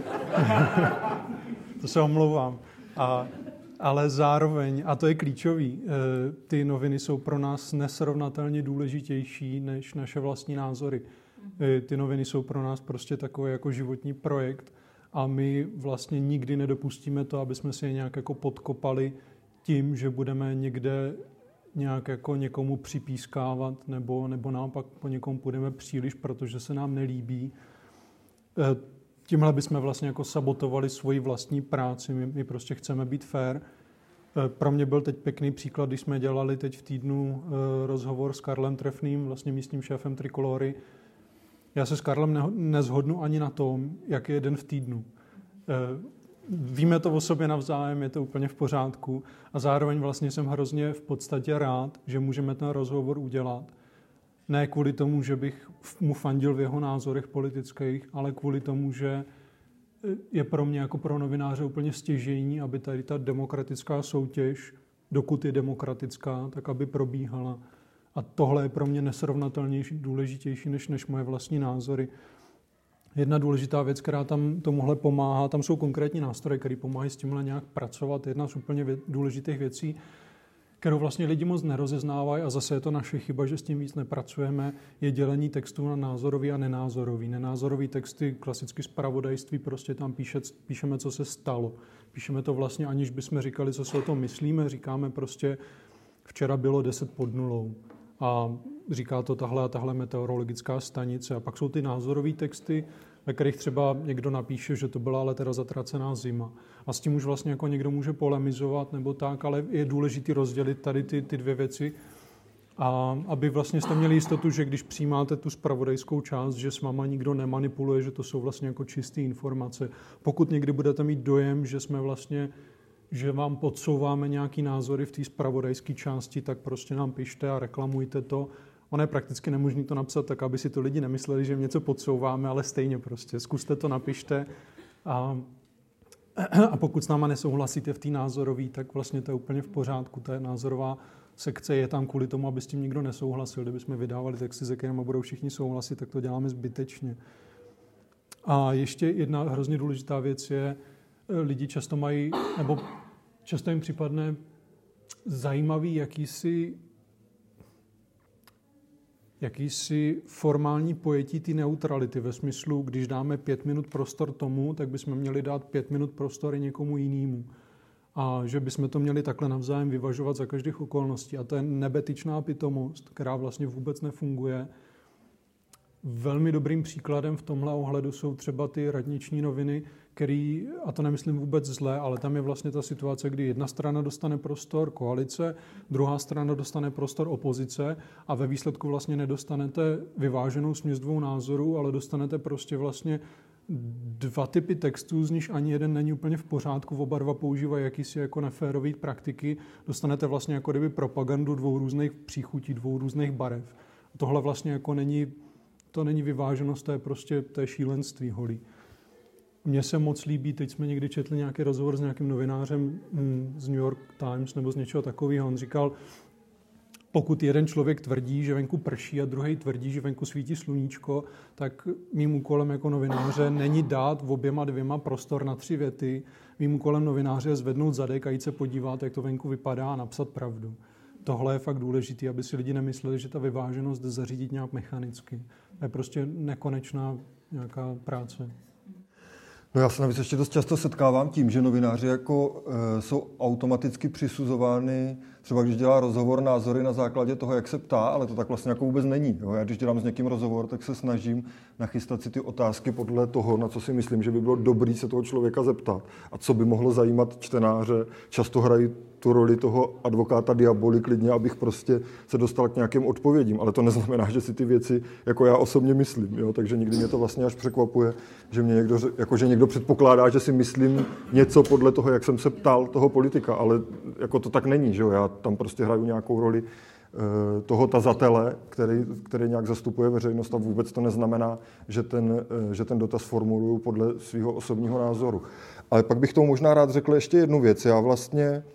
to se omlouvám. A ale zároveň, a to je klíčový, ty noviny jsou pro nás nesrovnatelně důležitější než naše vlastní názory. Ty noviny jsou pro nás prostě takový jako životní projekt a my vlastně nikdy nedopustíme to, aby jsme si je nějak jako podkopali tím, že budeme někde nějak jako někomu připískávat nebo, nebo naopak po někomu půjdeme příliš, protože se nám nelíbí. Tímhle bychom vlastně jako sabotovali svoji vlastní práci. My, my prostě chceme být fair. Pro mě byl teď pěkný příklad, když jsme dělali teď v týdnu rozhovor s Karlem Trefným, vlastně místním šéfem Trikolory. Já se s Karlem ne, nezhodnu ani na tom, jak je den v týdnu. víme to o sobě navzájem, je to úplně v pořádku a zároveň vlastně jsem hrozně v podstatě rád, že můžeme ten rozhovor udělat. Ne kvůli tomu, že bych mu fandil v jeho názorech politických, ale kvůli tomu, že je pro mě jako pro novináře úplně stěžejní, aby tady ta demokratická soutěž, dokud je demokratická, tak aby probíhala. A tohle je pro mě nesrovnatelnější, důležitější než, než moje vlastní názory. Jedna důležitá věc, která tam tomuhle pomáhá, tam jsou konkrétní nástroje, které pomáhají s tímhle nějak pracovat. Jedna z úplně vě- důležitých věcí, kterou vlastně lidi moc nerozeznávají, a zase je to naše chyba, že s tím víc nepracujeme, je dělení textů na názorový a nenázorový. Nenázorový texty, klasicky zpravodajství, prostě tam píše, píšeme, co se stalo. Píšeme to vlastně, aniž bychom říkali, co si o tom myslíme, říkáme prostě, včera bylo deset pod nulou. A říká to tahle a tahle meteorologická stanice. A pak jsou ty názorové texty, ve kterých třeba někdo napíše, že to byla ale teda zatracená zima. A s tím už vlastně jako někdo může polemizovat nebo tak, ale je důležité rozdělit tady ty, ty dvě věci. A aby vlastně jste měli jistotu, že když přijímáte tu zpravodajskou část, že s váma nikdo nemanipuluje, že to jsou vlastně jako čisté informace. Pokud někdy budete mít dojem, že jsme vlastně že vám podsouváme nějaký názory v té zpravodajské části, tak prostě nám pište a reklamujte to. Ono je prakticky nemožné to napsat tak, aby si to lidi nemysleli, že něco podsouváme, ale stejně prostě. Zkuste to, napište. A, a pokud s náma nesouhlasíte v té názorové, tak vlastně to je úplně v pořádku. Ta názorová sekce je tam kvůli tomu, aby s tím nikdo nesouhlasil. Kdybychom vydávali texty, se kterými budou všichni souhlasit, tak to děláme zbytečně. A ještě jedna hrozně důležitá věc je, lidi často mají, nebo často jim připadne zajímavý jakýsi, jakýsi formální pojetí té neutrality ve smyslu, když dáme pět minut prostor tomu, tak bychom měli dát pět minut prostor i někomu jinému. A že bychom to měli takhle navzájem vyvažovat za každých okolností. A to je nebetyčná pitomost, která vlastně vůbec nefunguje. Velmi dobrým příkladem v tomhle ohledu jsou třeba ty radniční noviny, který, a to nemyslím vůbec zle, ale tam je vlastně ta situace, kdy jedna strana dostane prostor koalice, druhá strana dostane prostor opozice a ve výsledku vlastně nedostanete vyváženou směs dvou názorů, ale dostanete prostě vlastně dva typy textů, z nich ani jeden není úplně v pořádku, oba dva používají jakýsi jako neférový praktiky, dostanete vlastně jako kdyby propagandu dvou různých příchutí, dvou různých barev. Tohle vlastně jako není, to není vyváženost, to je prostě to je šílenství holý. Mně se moc líbí, teď jsme někdy četli nějaký rozhovor s nějakým novinářem z New York Times nebo z něčeho takového. On říkal, pokud jeden člověk tvrdí, že venku prší a druhý tvrdí, že venku svítí sluníčko, tak mým úkolem jako novináře není dát v oběma dvěma prostor na tři věty. Mým úkolem novináře je zvednout zadek a jít se podívat, jak to venku vypadá a napsat pravdu. Tohle je fakt důležité, aby si lidi nemysleli, že ta vyváženost jde zařídit nějak mechanicky. To je prostě nekonečná nějaká práce. No já se navíc ještě dost často setkávám tím, že novináři jako e, jsou automaticky přisuzovány, třeba když dělá rozhovor, názory na základě toho, jak se ptá, ale to tak vlastně jako vůbec není. Jo? Já když dělám s někým rozhovor, tak se snažím nachystat si ty otázky podle toho, na co si myslím, že by bylo dobré se toho člověka zeptat a co by mohlo zajímat čtenáře. Často hrají tu roli toho advokáta diaboli klidně, abych prostě se dostal k nějakým odpovědím, ale to neznamená, že si ty věci jako já osobně myslím, jo? Takže někdy mě to vlastně až překvapuje, že mě někdo, jako že někdo předpokládá, že si myslím něco podle toho, jak jsem se ptal toho politika, ale jako to tak není, že jo? Já tam prostě hraju nějakou roli e, toho tazatele, který, který nějak zastupuje veřejnost a vůbec to neznamená, že ten, e, že ten dotaz formuluju podle svého osobního názoru. Ale pak bych tomu možná rád řekl ještě jednu věc. Já vlastně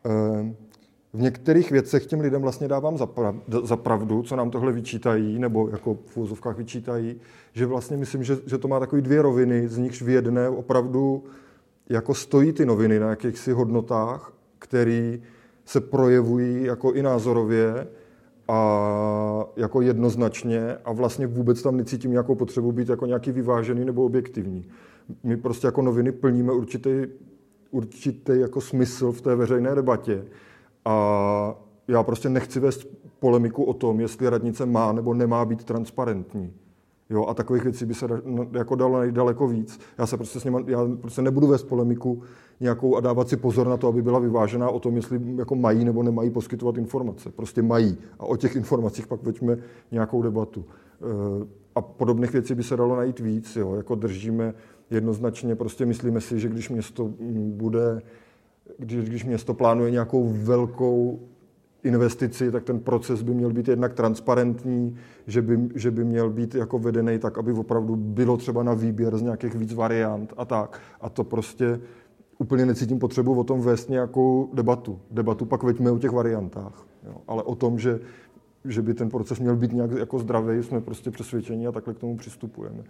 v některých věcech těm lidem vlastně dávám za pravdu, co nám tohle vyčítají, nebo jako v úvozovkách vyčítají, že vlastně myslím, že, že to má takový dvě roviny, z nichž v jedné opravdu jako stojí ty noviny na jakýchsi hodnotách, které se projevují jako i názorově a jako jednoznačně a vlastně vůbec tam necítím nějakou potřebu být jako nějaký vyvážený nebo objektivní. My prostě jako noviny plníme určitý určitý jako smysl v té veřejné debatě. A já prostě nechci vést polemiku o tom, jestli radnice má nebo nemá být transparentní. Jo, a takových věcí by se jako dalo najít daleko víc. Já se prostě s nima, já prostě nebudu vést polemiku nějakou a dávat si pozor na to, aby byla vyvážená o tom, jestli jako mají nebo nemají poskytovat informace. Prostě mají. A o těch informacích pak veďme nějakou debatu. A podobných věcí by se dalo najít víc. Jo. Jako držíme Jednoznačně prostě myslíme si, že když město bude, když, když město plánuje nějakou velkou investici, tak ten proces by měl být jednak transparentní, že by, že by měl být jako vedený tak, aby opravdu bylo třeba na výběr z nějakých víc variant a tak. A to prostě úplně necítím potřebu o tom vést nějakou debatu. Debatu pak veďme o těch variantách. Jo. Ale o tom, že, že by ten proces měl být nějak jako zdravý, jsme prostě přesvědčení a takhle k tomu přistupujeme.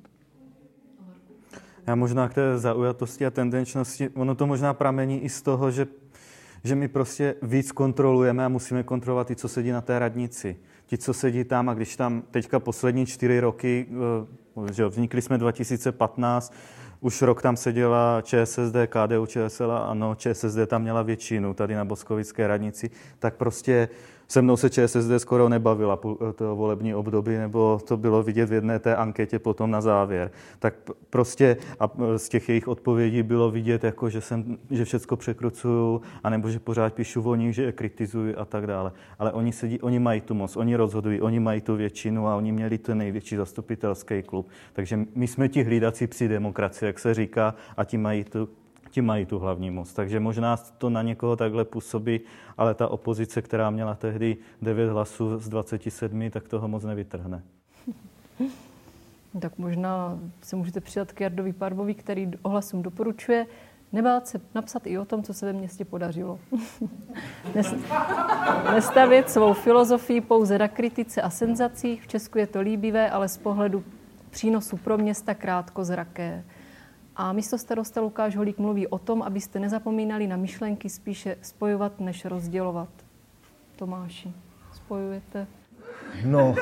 Já možná k té zaujatosti a tendenčnosti, ono to možná pramení i z toho, že že my prostě víc kontrolujeme a musíme kontrolovat i, co sedí na té radnici. Ti, co sedí tam, a když tam teďka poslední čtyři roky, že vznikli jsme dva tisíce patnáct, už rok tam seděla ČSSD, KDU, ČSL, ano, ČSSD tam měla většinu tady na Boskovické radnici, tak prostě se mnou se ČSSD skoro nebavila to volební období, nebo to bylo vidět v jedné té anketě potom na závěr. Tak prostě a z těch jejich odpovědí bylo vidět, jako, že, jsem, že všecko překrucuju, anebo že pořád píšu o nich, že je kritizuji a tak dále. Ale oni, sedí, oni mají tu moc, oni rozhodují, oni mají tu většinu a oni měli ten největší zastupitelský klub. Takže my jsme ti hlídací psi demokracie, jak se říká, a ti mají tu ti mají tu hlavní moc. Takže možná to na někoho takhle působí, ale ta opozice, která měla tehdy devět hlasů z dvaceti sedmi, tak toho moc nevytrhne. Tak možná se můžete přidat k Jardovi Parbovi, který ohlasům doporučuje nebát se napsat i o tom, co se ve městě podařilo. Nestavět svou filozofii pouze na kritice a senzacích. V Česku je to líbivé, ale z pohledu přínosu pro města krátkozraké. A místostarosta Lukáš Holík mluví o tom, abyste nezapomínali na myšlenky, spíše spojovat, než rozdělovat. Tomáši, spojujete? No,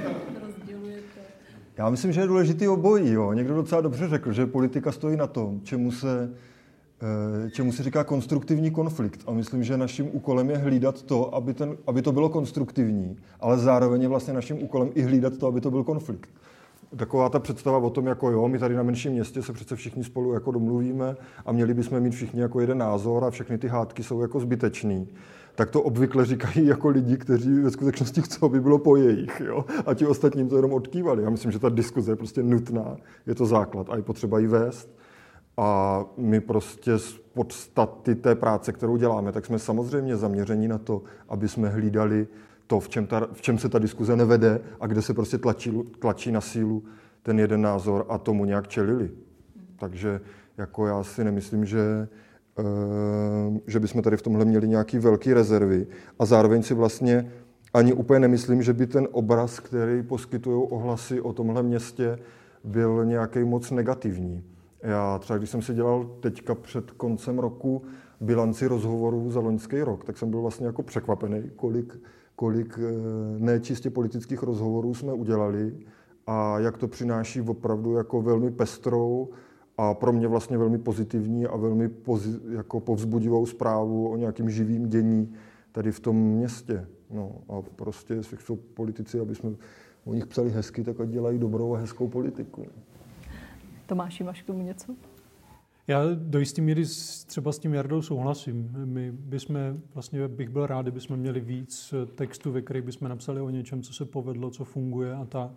já myslím, že je důležitý obojí. Jo. Někdo docela dobře řekl, že politika stojí na tom, čemu se, čemu se říká konstruktivní konflikt. A myslím, že naším úkolem je hlídat to, aby, ten, aby to bylo konstruktivní, ale zároveň je vlastně naším úkolem i hlídat to, aby to byl konflikt. Taková ta představa o tom, jako jo, my tady na menším městě se přece všichni spolu jako domluvíme a měli bychom mít všichni jako jeden názor a všechny ty hádky jsou jako zbytečný. Tak to obvykle říkají jako lidi, kteří ve skutečnosti chcou, aby bylo po jejich, jo? A ti ostatním to jenom odkývali. Já myslím, že ta diskuze je prostě nutná, je to základ a je potřeba ji vést. A my prostě z podstaty té práce, kterou děláme, tak jsme samozřejmě zaměření na to, aby jsme hlídali to, v čem, ta, v čem se ta diskuze nevede a kde se prostě tlačí, tlačí na sílu ten jeden názor a tomu nějak čelili. Takže jako já si nemyslím, že, e, že bychom tady v tomhle měli nějaký velký rezervy a zároveň si vlastně ani úplně nemyslím, že by ten obraz, který poskytují ohlasy o tomhle městě, byl nějaký moc negativní. Já třeba, když jsem si dělal teďka před koncem roku bilanci rozhovorů za loňský rok, tak jsem byl vlastně jako překvapený, kolik kolik nečistě politických rozhovorů jsme udělali a jak to přináší opravdu jako velmi pestrou a pro mě vlastně velmi pozitivní a velmi pozi, jako povzbudivou zprávu o nějakým živým dění tady v tom městě. No a prostě, jestli jsou politici, aby jsme o nich psali hezky, tak ať dělají dobrou a hezkou politiku. Tomáši, máš k tomu něco? Já do jistý míry třeba s tím Jardou souhlasím. My bychom, vlastně bych byl rád, kdybychom měli víc textů, ve kterých bychom napsali o něčem, co se povedlo, co funguje a tak.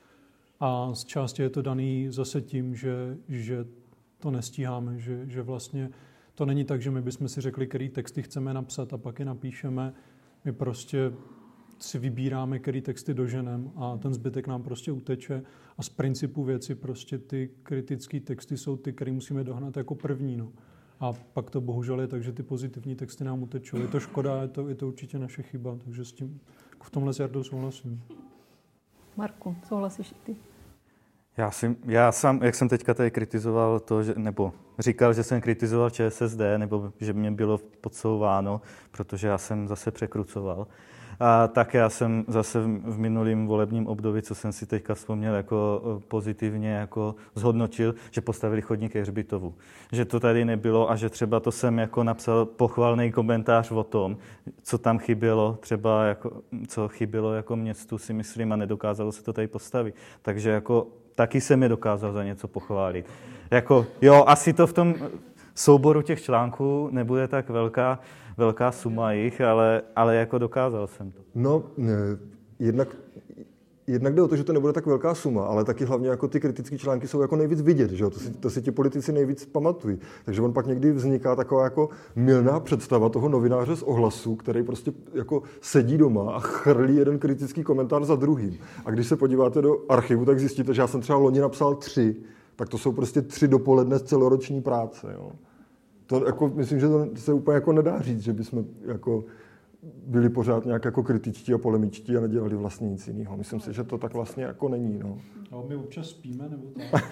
A z části je to daný zase tím, že, že to nestíháme, že, že vlastně to není tak, že my bychom si řekli, který texty chceme napsat a pak je napíšeme. My prostě si vybíráme, který texty doženem a ten zbytek nám prostě uteče. A z principu věci prostě ty kritické texty jsou ty, které musíme dohnat jako první. No. A pak to bohužel je tak, že ty pozitivní texty nám utečou. Je to škoda, je to, je to určitě naše chyba, takže s tím v tomhle s Jardou souhlasím. Marku, souhlasíš i ty? Já, si, já sám, jak jsem teďka tady kritizoval to, že, nebo říkal, že jsem kritizoval ČSSD, nebo že mě bylo podsouváno, protože já jsem zase překrucoval. A tak já jsem zase v minulém volebním období, co jsem si teďka vzpomněl, jako pozitivně jako zhodnotil, že postavili chodník ke hřbitovu. Že to tady nebylo a že třeba to jsem jako napsal pochvalný komentář o tom, co tam chybělo, třeba jako, co chybělo jako městu, si myslím, a nedokázalo se to tady postavit. Takže jako taky jsem je dokázal za něco pochválit. Jako, jo, asi to v tom souboru těch článků nebude tak velká, velká suma jich, ale, ale jako dokázal jsem to. No, jednak, jednak jde o to, že to nebude tak velká suma, ale taky hlavně jako ty kritické články jsou jako nejvíc vidět, že jo? To si, to si ti politici nejvíc pamatují. Takže on pak někdy vzniká taková jako mylná představa toho novináře z Ohlasu, který prostě jako sedí doma a chrlí jeden kritický komentář za druhým. A když se podíváte do archivu, tak zjistíte, že já jsem třeba loni napsal tři, tak to jsou prostě tři dopoledne z celoroční práce, jo? To jako, myslím, že to se úplně jako nedá říct, že bychom jako byli pořád nějak jako kritičtí a polemičtí a nedělali vlastně nic jiného. Myslím si, že to tak vlastně jako není. No. A my občas spíme, nebo tak?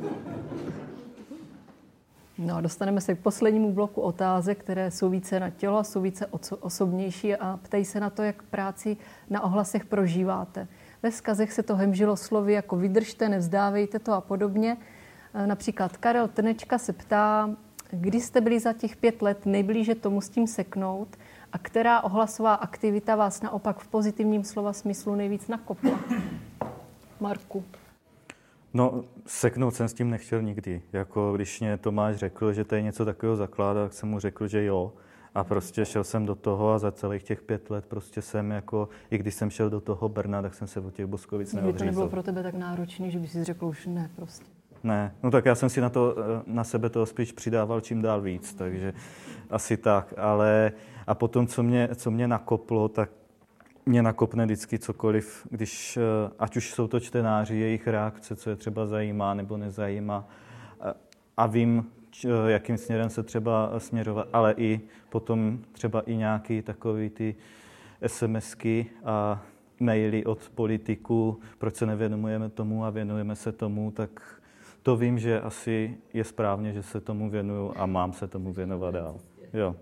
No a dostaneme se k poslednímu bloku otázek, které jsou více na tělo a jsou více osobnější a ptají se na to, jak práci na Ohlasech prožíváte. Ve vzkazech se to hemžilo slovy jako vydržte, nevzdávejte to a podobně. Například Karel Trnečka se ptá, kdy jste byli za těch pět let nejblíže tomu s tím seknout a která ohlasová aktivita vás naopak v pozitivním slova smyslu nejvíc nakopla? Marku. No, seknout jsem s tím nechtěl nikdy. Jako když mě Tomáš řekl, že tady něco takového zakládá, tak jsem mu řekl, že jo. A prostě šel jsem do toho a za celých těch pět let prostě jsem jako, i když jsem šel do toho Brna, tak jsem se od těch Boskovic neodřízl. Kdyby to nebylo pro tebe tak náročný, že by si řekl už ne prostě. Ne, no tak já jsem si na, to, na sebe toho spíš přidával čím dál víc, takže asi tak, ale a potom, co mě, co mě nakoplo, tak mě nakopne vždycky cokoliv, když, ať už jsou to čtenáři, jejich reakce, co je třeba zajímá nebo nezajímá a vím, jakým směrem se třeba směřovat, ale i potom třeba i nějaký takový ty SMSky a maily od politiků, proč se nevěnujeme tomu a věnujeme se tomu, tak to vím, že asi je správně, že se tomu věnuju a mám se tomu věnovat dál. Jo.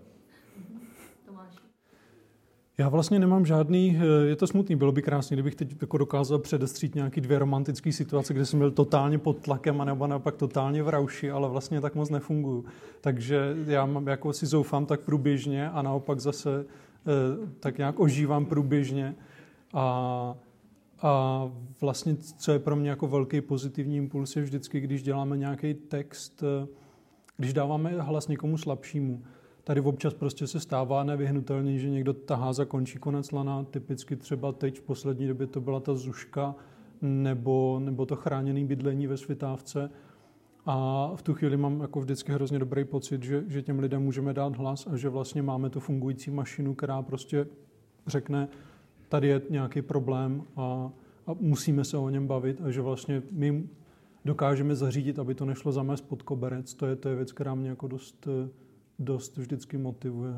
Já vlastně nemám žádný, je to smutný, bylo by krásně, kdybych teď jako dokázal předestřít nějaký dvě romantické situace, kde jsem byl totálně pod tlakem a nebo naopak totálně v rauši, ale vlastně tak moc nefunguju. Takže já mám, jako si zoufám tak průběžně a naopak zase tak nějak ožívám průběžně. A, a vlastně, co je pro mě jako velký pozitivní impuls, je vždycky, když děláme nějaký text, když dáváme hlas někomu slabšímu. Tady občas prostě se stává nevyhnutelně, že někdo tahá za končí konec lana, typicky třeba teď v poslední době to byla ta Zuška nebo, nebo to chráněné bydlení ve Svitávce. A v tu chvíli mám jako vždycky hrozně dobrý pocit, že, že těm lidem můžeme dát hlas a že vlastně máme tu fungující mašinu, která prostě řekne, tady je nějaký problém a, a musíme se o něm bavit a že vlastně my dokážeme zařídit, aby to nešlo zamést pod koberec. To je, to je věc, která mě jako dost... dost vždycky motivuje.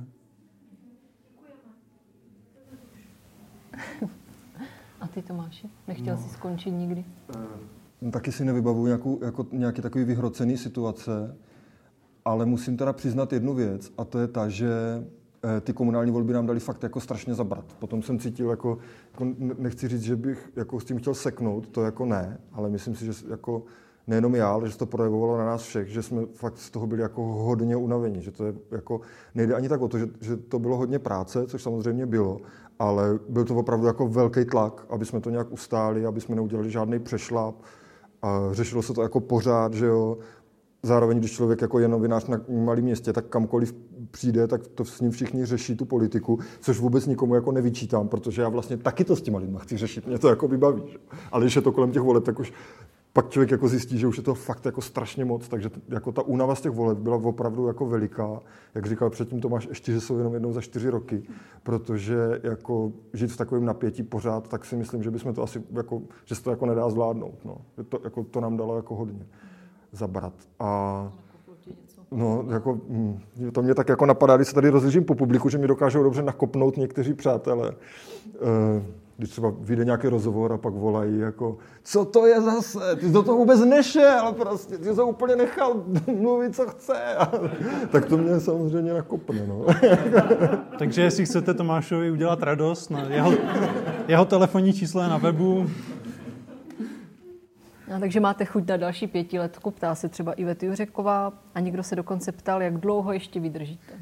A ty, Tomáši? Nechtěl no. jsi skončit nikdy? E, taky si nevybavuji nějakou, jako nějaký takový vyhrocený situace, ale musím teda přiznat jednu věc, a to je ta, že ty komunální volby nám dali fakt jako strašně zabrat. Potom jsem cítil, jako, jako nechci říct, že bych jako s tím chtěl seknout, to jako ne, ale myslím si, že jako nejenom já, ale že se to projevovalo na nás všech, že jsme fakt z toho byli jako hodně unavení, že to je jako, nejde ani tak o to, že, že to bylo hodně práce, což samozřejmě bylo, ale byl to opravdu jako velký tlak, aby jsme to nějak ustáli, aby jsme neudělali žádný přešlap a řešilo se to jako pořád, že jo. Zároveň, když člověk jako je novinář na malém městě, tak kamkoliv přijde, tak to s ním všichni řeší tu politiku, což vůbec nikomu jako nevyčítám, protože já vlastně taky to s těma lidma chci řešit, mě to jako vybaví. Že? Ale když je to kolem těch voleb, tak už pak člověk jako zjistí, že už je to fakt jako strašně moc, takže t- jako ta únava z těch voleb byla opravdu jako veliká. Jak říkal předtím Tomáš, ještě, že jsou jenom jednou za čtyři roky, protože jako žít v takovém napětí pořád, tak si myslím, že bychom to asi jako, že se to jako nedá zvládnout. No. To, jako, to nám dalo jako hodně zabrat. A no, jako, to mě tak jako napadá, když se tady rozlížím po publiku, že mi dokážou dobře nakopnout někteří přátelé. Když třeba vyjde nějaký rozhovor a pak volají jako, co to je zase, ty do toho vůbec nešel, prostě, ty to úplně nechal mluvit, co chce. A, tak to mě samozřejmě nakopne. No. Takže jestli chcete Tomášovi udělat radost, na jeho, jeho telefonní číslo je na webu. No, takže máte chuť na další pětiletku, ptá se třeba Iveta Juřeková a někdo se dokonce ptal, jak dlouho ještě vydržíte.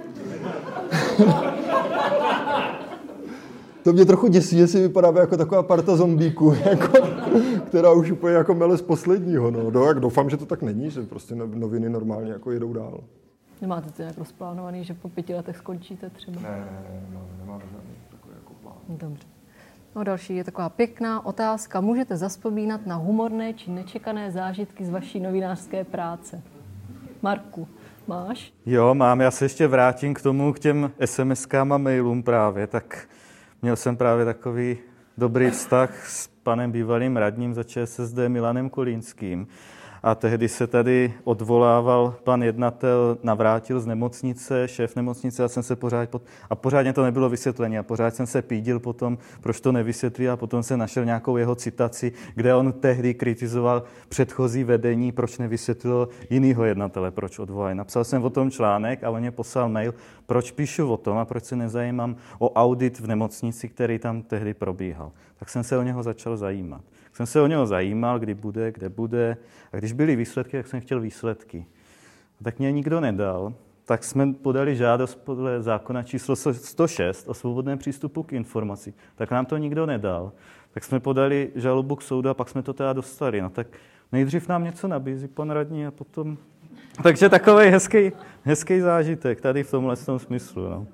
To mě trochu děsí, že si vypadáme jako taková parta zombíků, jako, která už úplně jako mele z posledního. No. Do, jak doufám, že to tak není, že prostě noviny normálně jako jedou dál. Nemáte to nějak rozplánovaný, že po pěti letech skončíte třeba? Ne, ne, ne, ne nemáme žádný takový jako plán. Dobře. No, další je taková pěkná otázka. Můžete zavzpomínat na humorné či nečekané zážitky z vaší novinářské práce? Marku, máš? Jo, mám. Já se ještě vrátím k tomu, k těm es em eskám a mailům právě. Tak měl jsem právě takový dobrý vztah s panem bývalým radním za ČSSD Milanem Kolínským. A tehdy se tady odvolával pan jednatel Navrátil z nemocnice, šéf nemocnice, já jsem se pořád pod... a pořádně to nebylo vysvětlení a pořád jsem se pídil potom, proč to nevysvětlí a potom jsem našel nějakou jeho citaci, kde on tehdy kritizoval předchozí vedení, proč nevysvětlilo jinýho jednatele, proč odvolají. Napsal jsem o tom článek a on mě poslal mail, proč píšu o tom a proč se nezajímám o audit v nemocnici, který tam tehdy probíhal. Tak jsem se o něho začal zajímat. Jsem se o něho zajímal, kdy bude, kde bude. A když byly výsledky, tak jsem chtěl výsledky. A tak mě nikdo nedal. Tak jsme podali žádost podle zákona číslo sto šest o svobodném přístupu k informaci. Tak nám to nikdo nedal. Tak jsme podali žalobu k soudu a pak jsme to teda dostali. No tak nejdřív nám něco nabízí pan radní a potom... Takže takový hezký, hezký zážitek tady v tomhle tom smyslu. No.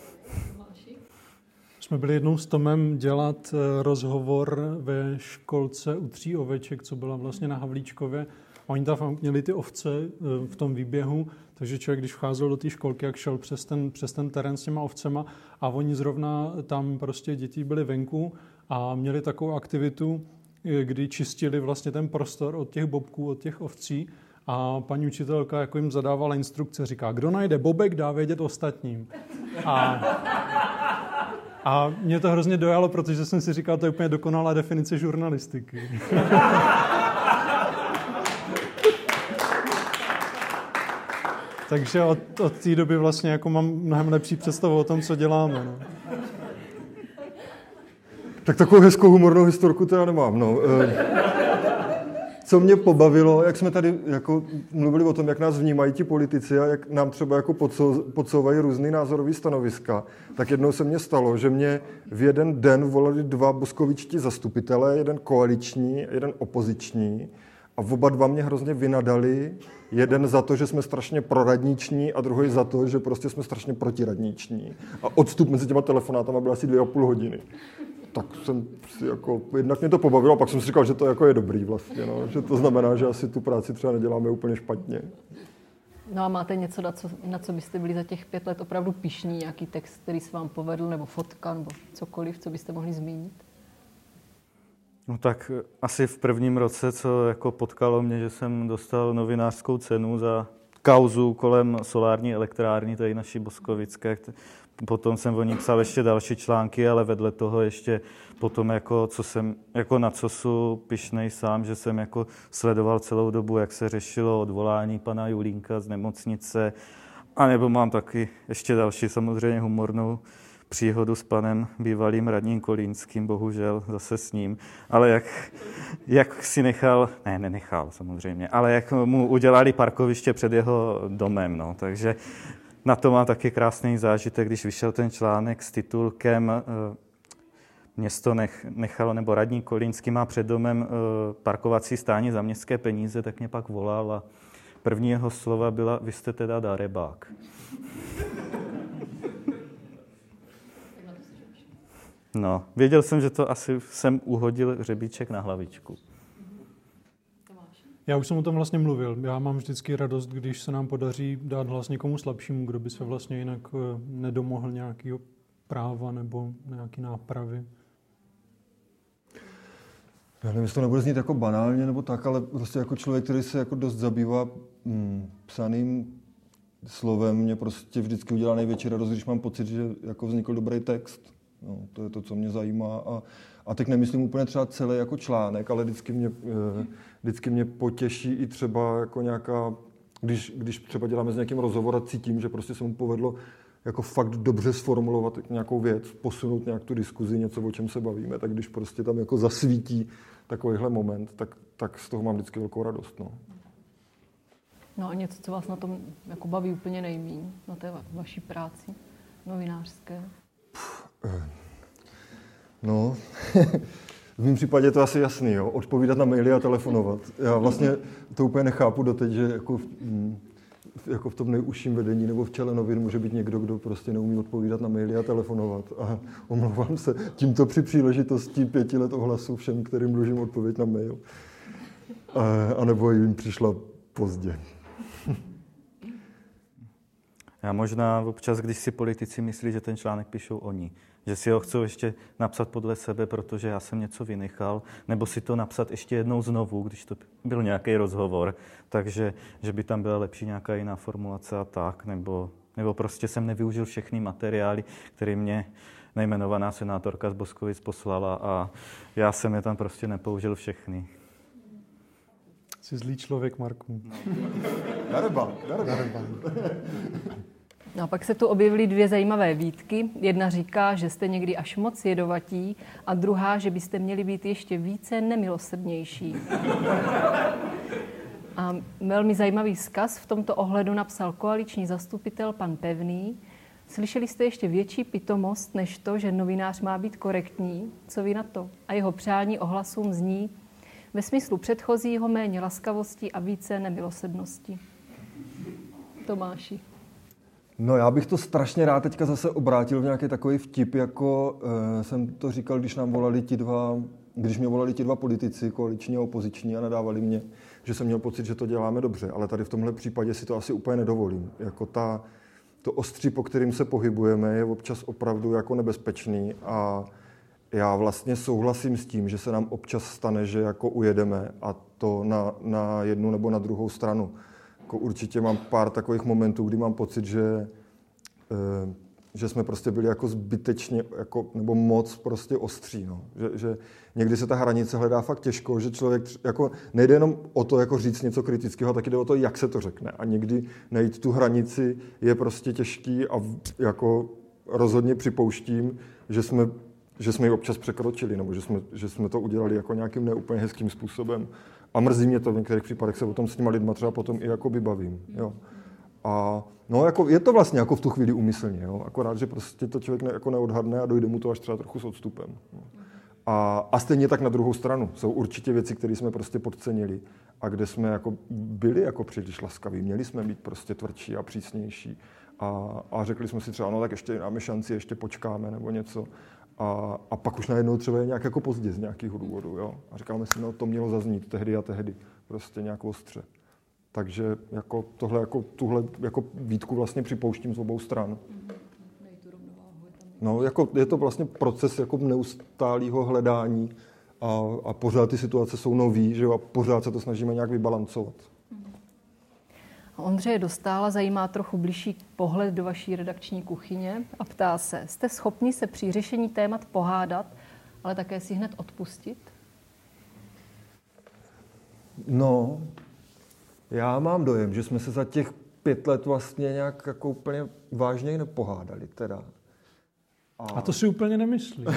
Jsme byli jednou s Tomem dělat rozhovor ve školce u Tří oveček, co byla vlastně na Havlíčkově. Oni tam měli ty ovce v tom výběhu, takže člověk, když vcházel do té školky, jak šel přes ten, přes ten terén s těma ovcema a oni zrovna tam prostě děti byly venku a měli takovou aktivitu, kdy čistili vlastně ten prostor od těch bobků, od těch ovcí a paní učitelka jako jim zadávala instrukce, říká, kdo najde bobek, dá vědět ostatním. A A mě to hrozně dojalo, protože jsem si říkal, to je úplně dokonalá definice žurnalistiky. Takže od, od té doby vlastně jako mám mnohem lepší představu o tom, co děláme. No. Tak takovou hezkou humornou historku teda nemám. No. Co mě pobavilo, jak jsme tady jako mluvili o tom, jak nás vnímají ti politici a jak nám třeba jako podsouvají různý názorový stanoviska, tak jednou se mně stalo, že mě v jeden den volali dva boskovičtí zastupitelé, jeden koaliční, jeden opoziční a oba dva mě hrozně vynadali, jeden za to, že jsme strašně proradniční a druhý za to, že prostě jsme strašně protiradniční. A odstup mezi těma telefonátama byl asi dvě a půl hodiny. Tak jsem si jako, jednak mě to pobavilo, a pak jsem si říkal, že to jako je dobrý vlastně, no. Že to znamená, že asi tu práci třeba neděláme úplně špatně. No a máte něco, na co, na co byste byli za těch pět let opravdu pyšní, nějaký text, který se vám povedl, nebo fotka, nebo cokoliv, co byste mohli zmínit? No tak asi v prvním roce, co jako potkalo mě, že jsem dostal novinářskou cenu za kauzu kolem solární elektrárny, tady naší boskovické. Potom jsem o ní psal ještě další články, ale vedle toho ještě potom, jako, co jsem, jako na co jsem pyšnej sám, že jsem jako sledoval celou dobu, jak se řešilo odvolání pana Julínka z nemocnice. A nebo mám taky ještě další samozřejmě humornou příhodu s panem bývalým radním Kolínským, bohužel zase s ním, ale jak, jak si nechal, ne, nenechal samozřejmě, ale jak mu udělali parkoviště před jeho domem, no, takže na to má taky krásný zážitek, když vyšel ten článek s titulkem Město nech, nechalo, nebo radní Kolínský má před domem parkovací stání za městské peníze, tak mě pak volal a první jeho slova byla, vy jste teda darebák. No, věděl jsem, že to asi jsem uhodil hřebíček na hlavičku. Já už jsem o tom vlastně mluvil. Já mám vždycky radost, když se nám podaří dát hlas někomu slabšímu, kdo by se vlastně jinak nedomohl nějakého práva nebo nějaký nápravy. Já nevím, jestli to nebude znít jako banálně nebo tak, ale prostě jako člověk, který se jako dost zabývá mm, psaným slovem, mě prostě vždycky udělá největší radost, když mám pocit, že jako vznikl dobrý text. No, to je to, co mě zajímá. A, a teď nemyslím úplně třeba celý jako článek, ale vždycky mě, vždycky mě potěší i třeba jako nějaká, když, když třeba děláme s nějakým rozhovor a cítím, že prostě se mu povedlo jako fakt dobře sformulovat nějakou věc, posunout nějak tu diskuzi, něco, o čem se bavíme, tak když prostě tam jako zasvítí takovýhle moment, tak, tak z toho mám vždycky velkou radost. No. No a něco, co vás na tom jako baví úplně nejmíň, na té vaší práci novinářské? No, v mém případě je to asi jasný, jo? Odpovídat na maily a telefonovat. Já vlastně to úplně nechápu doteď, že jako, hm, jako v tom nejužším vedení nebo v čele novin může být někdo, kdo prostě neumí odpovídat na maily a telefonovat. A omlouvám se tímto při příležitosti pěti let ohlasu všem, kterým dlužím odpověď na mail. A, a nebo jim přišla pozdě. Já možná občas, když si politici myslí, že ten článek píšou oni, že si ho chcou ještě napsat podle sebe, protože já jsem něco vynechal, nebo si to napsat ještě jednou znovu, když to byl nějaký rozhovor, takže že by tam byla lepší nějaká jiná formulace a tak, nebo, nebo prostě jsem nevyužil všechny materiály, které mě nejmenovaná senátorka z Boskovic poslala a já jsem je tam prostě nepoužil všechny. Jsi zlý člověk, Marku. Dareban, dareban. No a pak se tu objevily dvě zajímavé výtky. Jedna říká, že jste někdy až moc jedovatí a druhá, že byste měli být ještě více nemilosrdnější. A velmi zajímavý vzkaz v tomto ohledu napsal koaliční zastupitel pan Pevný. Slyšeli jste ještě větší pitomost než to, že novinář má být korektní? Co vy na to? A jeho přání ohlasům zní ve smyslu předchozího méně laskavosti a více nemilosrdnosti. Tomáši. No já bych to strašně rád teďka zase obrátil v nějaký takový vtip, jako uh, jsem to říkal, když nám volali ti dva, když mě volali ti dva politici, koaliční a opoziční, a nadávali mě, že jsem měl pocit, že to děláme dobře, ale tady v tomhle případě si to asi úplně nedovolím. Jako ta, to ostří, po kterým se pohybujeme, je občas opravdu jako nebezpečný a já vlastně souhlasím s tím, že se nám občas stane, že jako ujedeme a to na, na jednu nebo na druhou stranu. Jako určitě mám pár takových momentů, kdy mám pocit, že, e, že jsme prostě byli jako zbytečně jako, nebo moc prostě ostří. No. Že, že někdy se ta hranice hledá fakt těžko, že člověk jako, nejde jenom o to jako říct něco kritického, taky jde o to, jak se to řekne. A někdy najít tu hranici je prostě těžký a jako rozhodně připouštím, že jsme, že jsme ji občas překročili, nebo že jsme, že jsme to udělali jako nějakým neúplně hezkým způsobem. A mrzí mě to, v některých případech se o tom s těma lidma třeba potom i jakoby bavím. Jo. A no, jako, je to vlastně jako v tu chvíli úmyslně, jo. Akorát, že prostě to člověk ne, jako neodhadne a dojde mu to až třeba trochu s odstupem. Jo. A, a stejně tak na druhou stranu. Jsou určitě věci, které jsme prostě podcenili a kde jsme jako byli jako příliš laskaví. Měli jsme být prostě tvrdší a přísnější. A, a řekli jsme si třeba, no tak ještě máme šanci, ještě počkáme nebo něco. A, a pak už najednou třeba je nějak jako pozdě z nějakého důvodu, jo. A říkáme si, no to mělo zaznít tehdy a tehdy, prostě nějak ostře. Takže jako tohle, jako, tuhle jako výtku vlastně připouštím z obou stran. No, jako je to vlastně proces jako neustálého hledání a, a pořád ty situace jsou nový, že jo, a pořád se to snažíme nějak vybalancovat. Ondřeje Dostála zajímá trochu bližší pohled do vaší redakční kuchyně a ptá se, jste schopni se při řešení témat pohádat, ale také si hned odpustit? No, já mám dojem, že jsme se za těch pět let vlastně nějak jako úplně vážněji nepohádali teda. A, a to si úplně nemyslím.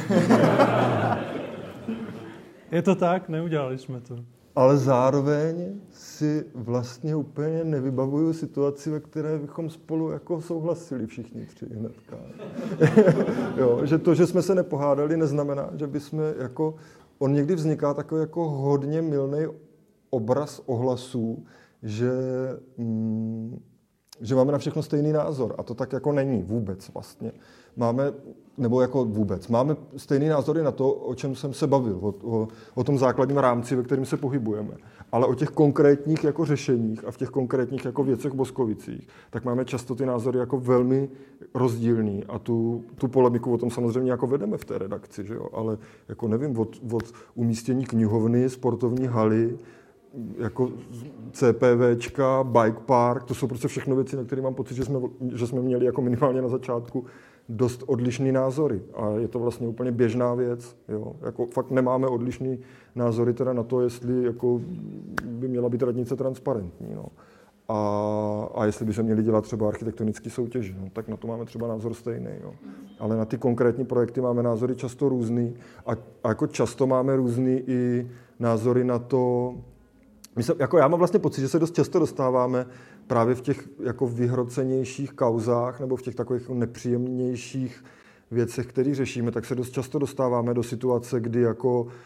Je to tak? Neudělali jsme to. Ale zároveň si vlastně úplně nevybavuju situaci, ve které bychom spolu jako souhlasili všichni tři hnedka. Jo, že to, že jsme se nepohádali, neznamená, že bychom jako... On někdy vzniká takový jako hodně mylný obraz ohlasů, že, mm, že máme na všechno stejný názor. A to tak jako není vůbec vlastně. Máme, nebo jako vůbec, máme stejný názory na to, o čem jsem se bavil, o, o, o tom základním rámci, ve kterém se pohybujeme. Ale o těch konkrétních jako řešeních a v těch konkrétních jako věcech v Boskovicích, tak máme často ty názory jako velmi rozdílný a tu, tu polemiku o tom samozřejmě jako vedeme v té redakci, že jo? Ale jako nevím, od, od umístění knihovny, sportovní haly, jako CPVčka, bike park, to jsou prostě všechno věci, na které mám pocit, že jsme, že jsme měli jako minimálně na začátku dost odlišný názory. A je to vlastně úplně běžná věc. Jo? Jako fakt nemáme odlišný názory teda na to, jestli jako by měla být radnice transparentní. No. A, a jestli by se měly dělat třeba architektonické soutěže, no, tak na to máme třeba názor stejný. Jo. Ale na ty konkrétní projekty máme názory často různý a, a jako často máme různý i názory na to. My se, jako já mám vlastně pocit, že se dost často dostáváme právě v těch jako vyhrocenějších kauzách nebo v těch takových nepříjemnějších věcech, které řešíme, tak se dost často dostáváme do situace, kdy jako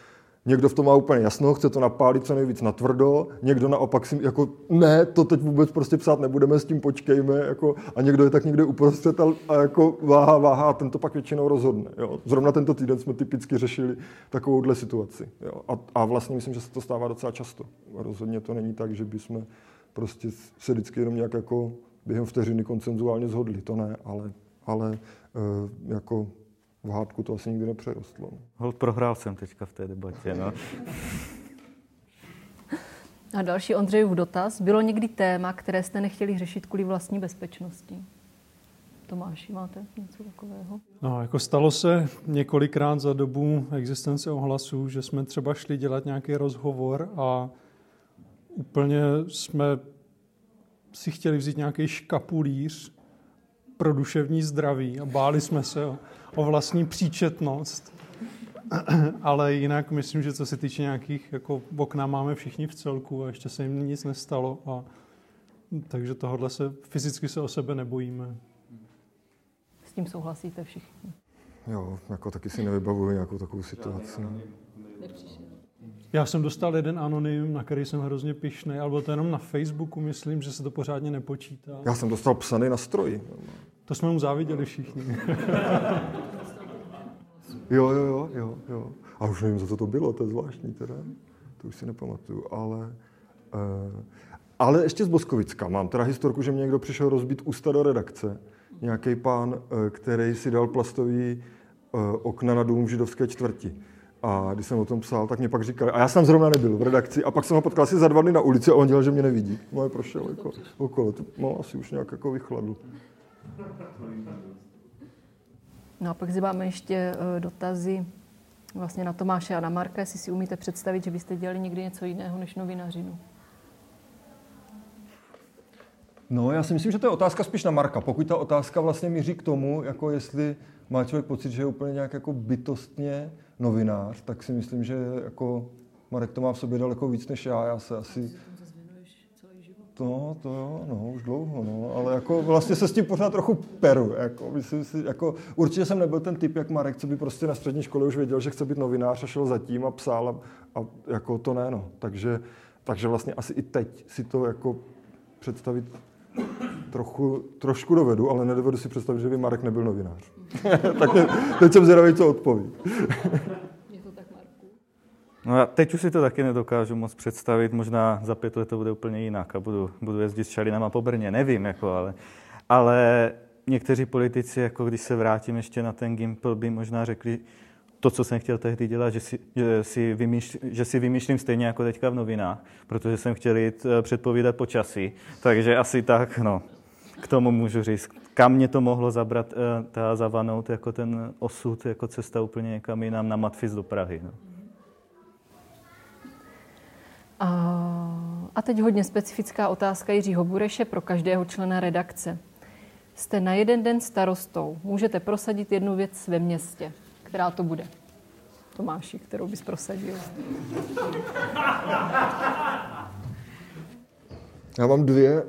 Někdo v tom má úplně jasno, chce to napálit co nejvíc natvrdo, někdo naopak si jako ne, to teď vůbec prostě psát nebudeme, s tím počkejme, jako, a někdo je tak někde uprostřed a, a jako váha, váha a ten to pak většinou rozhodne. Jo. Zrovna tento týden jsme typicky řešili takovouhle situaci. Jo. A, a vlastně myslím, že se to stává docela často. A rozhodně to není tak, že bychom prostě se vždycky jenom nějak jako během vteřiny konsenzuálně shodli. To ne, ale, ale e, jako v hádku to asi nikdy nepřerostlo. Holt prohrál jsem teďka v té debatě, no. A další Ondřejův dotaz. Bylo někdy téma, které jste nechtěli řešit kvůli vlastní bezpečnosti? Tomáši, máte něco takového? No, jako stalo se několikrát za dobu existence Ohlasu, že jsme třeba šli dělat nějaký rozhovor a úplně jsme si chtěli vzít nějaký škapulíř pro duševní zdraví a báli jsme se o, o vlastní příčetnost. Ale jinak myslím, že co se týče nějakých jako okna máme všichni v celku a ještě se jim nic nestalo. A, takže tohle se fyzicky se o sebe nebojíme. S tím souhlasíte všichni? Jo, jako taky si nevybavuji nějakou takovou situaci. Já jsem dostal jeden anonym, na který jsem hrozně pyšnej, ale bylo to jenom na Facebooku, myslím, že se to pořádně nepočítá. Já jsem dostal psaný na stroji. To jsme mu záviděli všichni. Jo, jo, jo, jo, jo. A už nevím, za co to bylo, to je zvláštní teda. To už si nepamatuju, ale... Uh, ale ještě z Boskovicka. Mám teda historku, že mě někdo přišel rozbít ústa do redakce. Nějaký pán, uh, který si dal plastový uh, okna na dům v židovské čtvrti. A když jsem o tom psal, tak mě pak říkali, a já jsem tam zrovna nebyl v redakci, a pak jsem ho potkal asi za dva dny na ulici a on dělal, že mě nevidí. No, prošel jako okolo, to, no, asi už nějak jako vychladl. No a pak zde máme ještě uh, dotazy vlastně na Tomáše a na Marka, jestli si umíte představit, že byste dělali někdy něco jiného než novinařinu. No, já si myslím, že to je otázka spíš na Marka. Pokud ta otázka vlastně míří k tomu, jako jestli má člověk pocit, že je úplně nějak jako bytostně novinář, tak si myslím, že jako Marek to má v sobě daleko víc než já. Já se asi... To, to jo, no, už dlouho, no, ale jako vlastně se s tím pořád trochu peru, jako, myslím si, jako, určitě jsem nebyl ten typ jak Marek, co by prostě na střední škole už věděl, že chce být novinář a šel za tím a psal a, a jako to ne, no, takže, takže vlastně asi i teď si to jako představit trochu, trošku dovedu, ale nedovedu si představit, že by Marek nebyl novinář. Tak mě, teď jsem zvědavý, co odpoví. No a teď už si to taky nedokážu moc představit, možná za pět let to bude úplně jinak a budu, budu jezdit s šalinama po Brně, nevím, jako, ale, ale někteří politici, jako když se vrátím ještě na ten Gimpl, by možná řekli to, co jsem chtěl tehdy dělat, že si, že si, vymýšl, že si vymýšlím stejně jako teďka v novinách, protože jsem chtěl jít předpovídat počasí, takže asi tak, no, k tomu můžu říct. Kam mě to mohlo zabrat, ta zavanout jako ten osud, jako cesta úplně někam jinam na Matfis do Prahy, no. A teď hodně specifická otázka Jiřího Bureše pro každého člena redakce. Jste na jeden den starostou. Můžete prosadit jednu věc ve městě. Která to bude? Tomáši, kterou bys prosadil? Já mám dvě.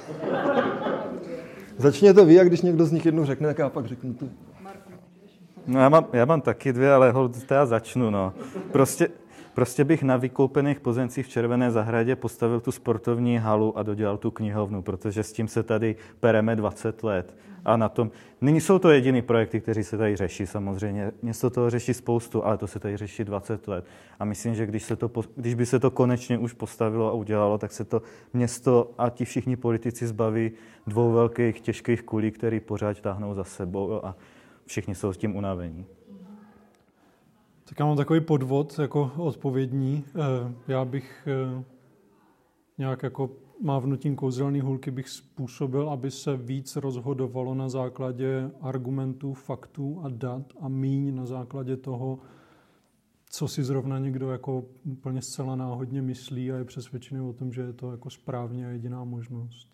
Začněte vy, a když někdo z nich jednu řekne, tak já pak řeknu tu. No já mám, já mám taky dvě, ale hold, já začnu, no. Prostě... Prostě bych na vykoupených pozemcích v Červené zahradě postavil tu sportovní halu a dodělal tu knihovnu, protože s tím se tady pereme dvacet let. A na tom, nyní jsou to jediný projekty, kteří se tady řeší samozřejmě. Město toho řeší spoustu, ale to se tady řeší dvacet let. A myslím, že když, se to, když by se to konečně už postavilo a udělalo, tak se to město a ti všichni politici zbaví dvou velkých těžkých kulí, které pořád táhnou za sebou a všichni jsou s tím unavení. Tak já mám takový podvod jako odpovědní. Já bych nějak jako mávnutím kouzelný hůlky bych způsobil, aby se víc rozhodovalo na základě argumentů, faktů a dat a míň na základě toho, co si zrovna někdo jako úplně zcela náhodně myslí a je přesvědčený o tom, že je to jako správně a jediná možnost.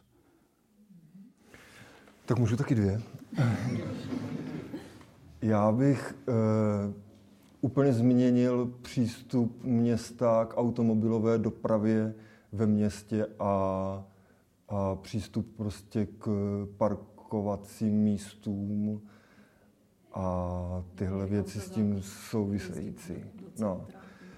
Tak můžu taky dvě. Já bych e, úplně změnil přístup města k automobilové dopravě ve městě a, a přístup prostě k parkovacím místům a tyhle věci s tím související. No.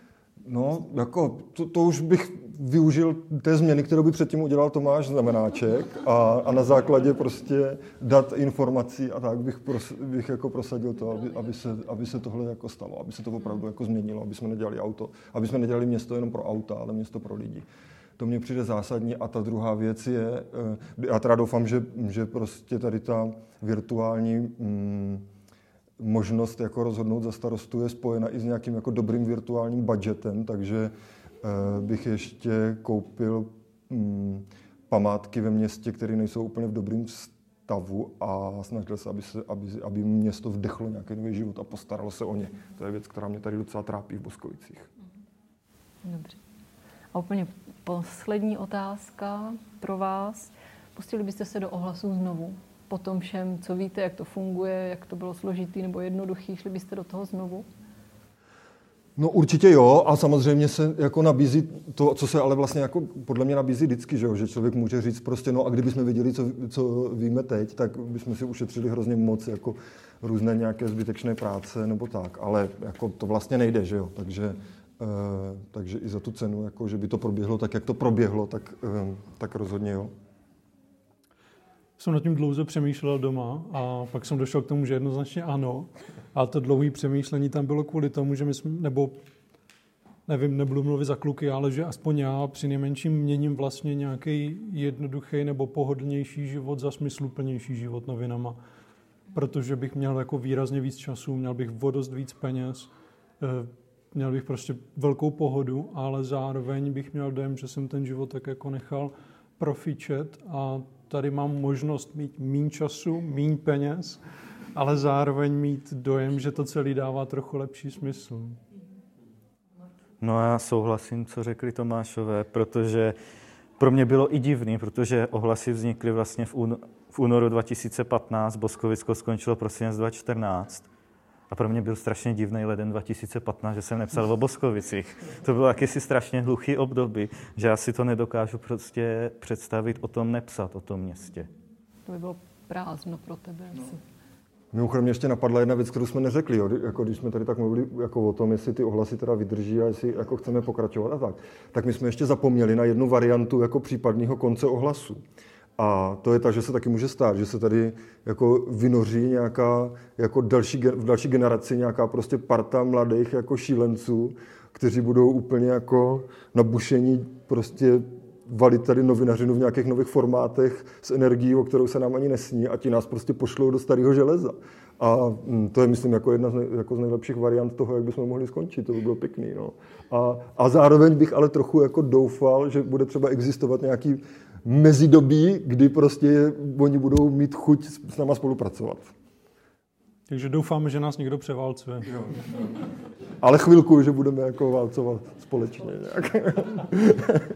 No, jako, to, to už bych využil té změny, kterou by předtím udělal Tomáš Znamenáček a, a na základě prostě dat informací a tak bych, pros, bych jako prosadil to, aby, aby, se, aby se tohle jako stalo, aby se to opravdu jako změnilo, aby jsme nedělali auto, aby jsme nedělali město jenom pro auta, ale město pro lidi. To mně přijde zásadní a ta druhá věc je, já teda doufám, že, že prostě tady ta virtuální mm, možnost jako rozhodnout za starostu je spojena i s nějakým jako dobrým virtuálním budgetem, takže uh, bych ještě koupil um, památky ve městě, které nejsou úplně v dobrém stavu a snažil se, aby, se aby, aby město vdechlo nějaký nový život a postaralo se o ně. To je věc, která mě tady docela trápí v Boskovicích. Dobře. A úplně poslední otázka pro vás. Pustili byste se do Ohlasu znovu? Po tom všem, co víte, jak to funguje, jak to bylo složitý nebo jednoduchý, šli byste do toho znovu? No určitě jo a samozřejmě se jako nabízí to, co se ale vlastně jako podle mě nabízí vždycky, že, jo? Že člověk může říct prostě, no a kdybychom věděli, co, co víme teď, tak bychom si ušetřili hrozně moc jako různé nějaké zbytečné práce nebo tak, ale jako to vlastně nejde, že jo, takže, eh, takže i za tu cenu, jako, že by to proběhlo tak, jak to proběhlo, tak, eh, tak rozhodně jo. Jsem nad tím dlouze přemýšlel doma a pak jsem došel k tomu, že jednoznačně ano. A to dlouhé přemýšlení tam bylo kvůli tomu, že my jsme, nebo nevím, nebudu mluvit za kluky, ale že aspoň já při nejmenším měním vlastně nějaký jednoduchý nebo pohodlnější život za smysluplnější život novinama. Protože bych měl jako výrazně víc času, měl bych o dost víc peněz, měl bych prostě velkou pohodu, ale zároveň bych měl dojem, že jsem ten život tak jako nechal profičet a tady mám možnost mít míň času, míň peněz, ale zároveň mít dojem, že to celé dává trochu lepší smysl. No já souhlasím, co řekli Tomášové, protože pro mě bylo i divný, protože Ohlasy vznikly vlastně v, úno, v únoru dva tisíce patnáct, Boskovicko skončilo prosinec dva tisíce čtrnáct. A pro mě byl strašně divný leden dva tisíce patnáct, že jsem nepsal o Boskovicích. To bylo jakýsi strašně hluchý období, že já si to nedokážu prostě představit o tom nepsat, o tom městě. To by bylo prázdno pro tebe no. asi. Mimochodem mě ještě napadla jedna věc, kterou jsme neřekli, jo? Jako když jsme tady tak mluvili jako o tom, jestli ty ohlasy teda vydrží a jestli jako chceme pokračovat a tak, tak my jsme ještě zapomněli na jednu variantu jako případného konce ohlasu. A to je tak, že se taky může stát, že se tady jako vynoří nějaká, jako další, v další generaci nějaká prostě parta mladých jako šílenců, kteří budou úplně jako nabušení prostě valit tady novinařinu v nějakých nových formátech s energií, o kterou se nám ani nesní a ti nás prostě pošlou do starého železa. A to je, myslím, jako jedna z, nej, jako z nejlepších variant toho, jak bychom mohli skončit. To by bylo pěkný. No. A, a zároveň bych ale trochu jako doufal, že bude třeba existovat nějaký mezidobí, kdy prostě oni budou mít chuť s náma spolupracovat. Takže doufáme, že nás někdo převálcuje. Jo. Ale chvilku, že budeme jako válcovat společně nějak.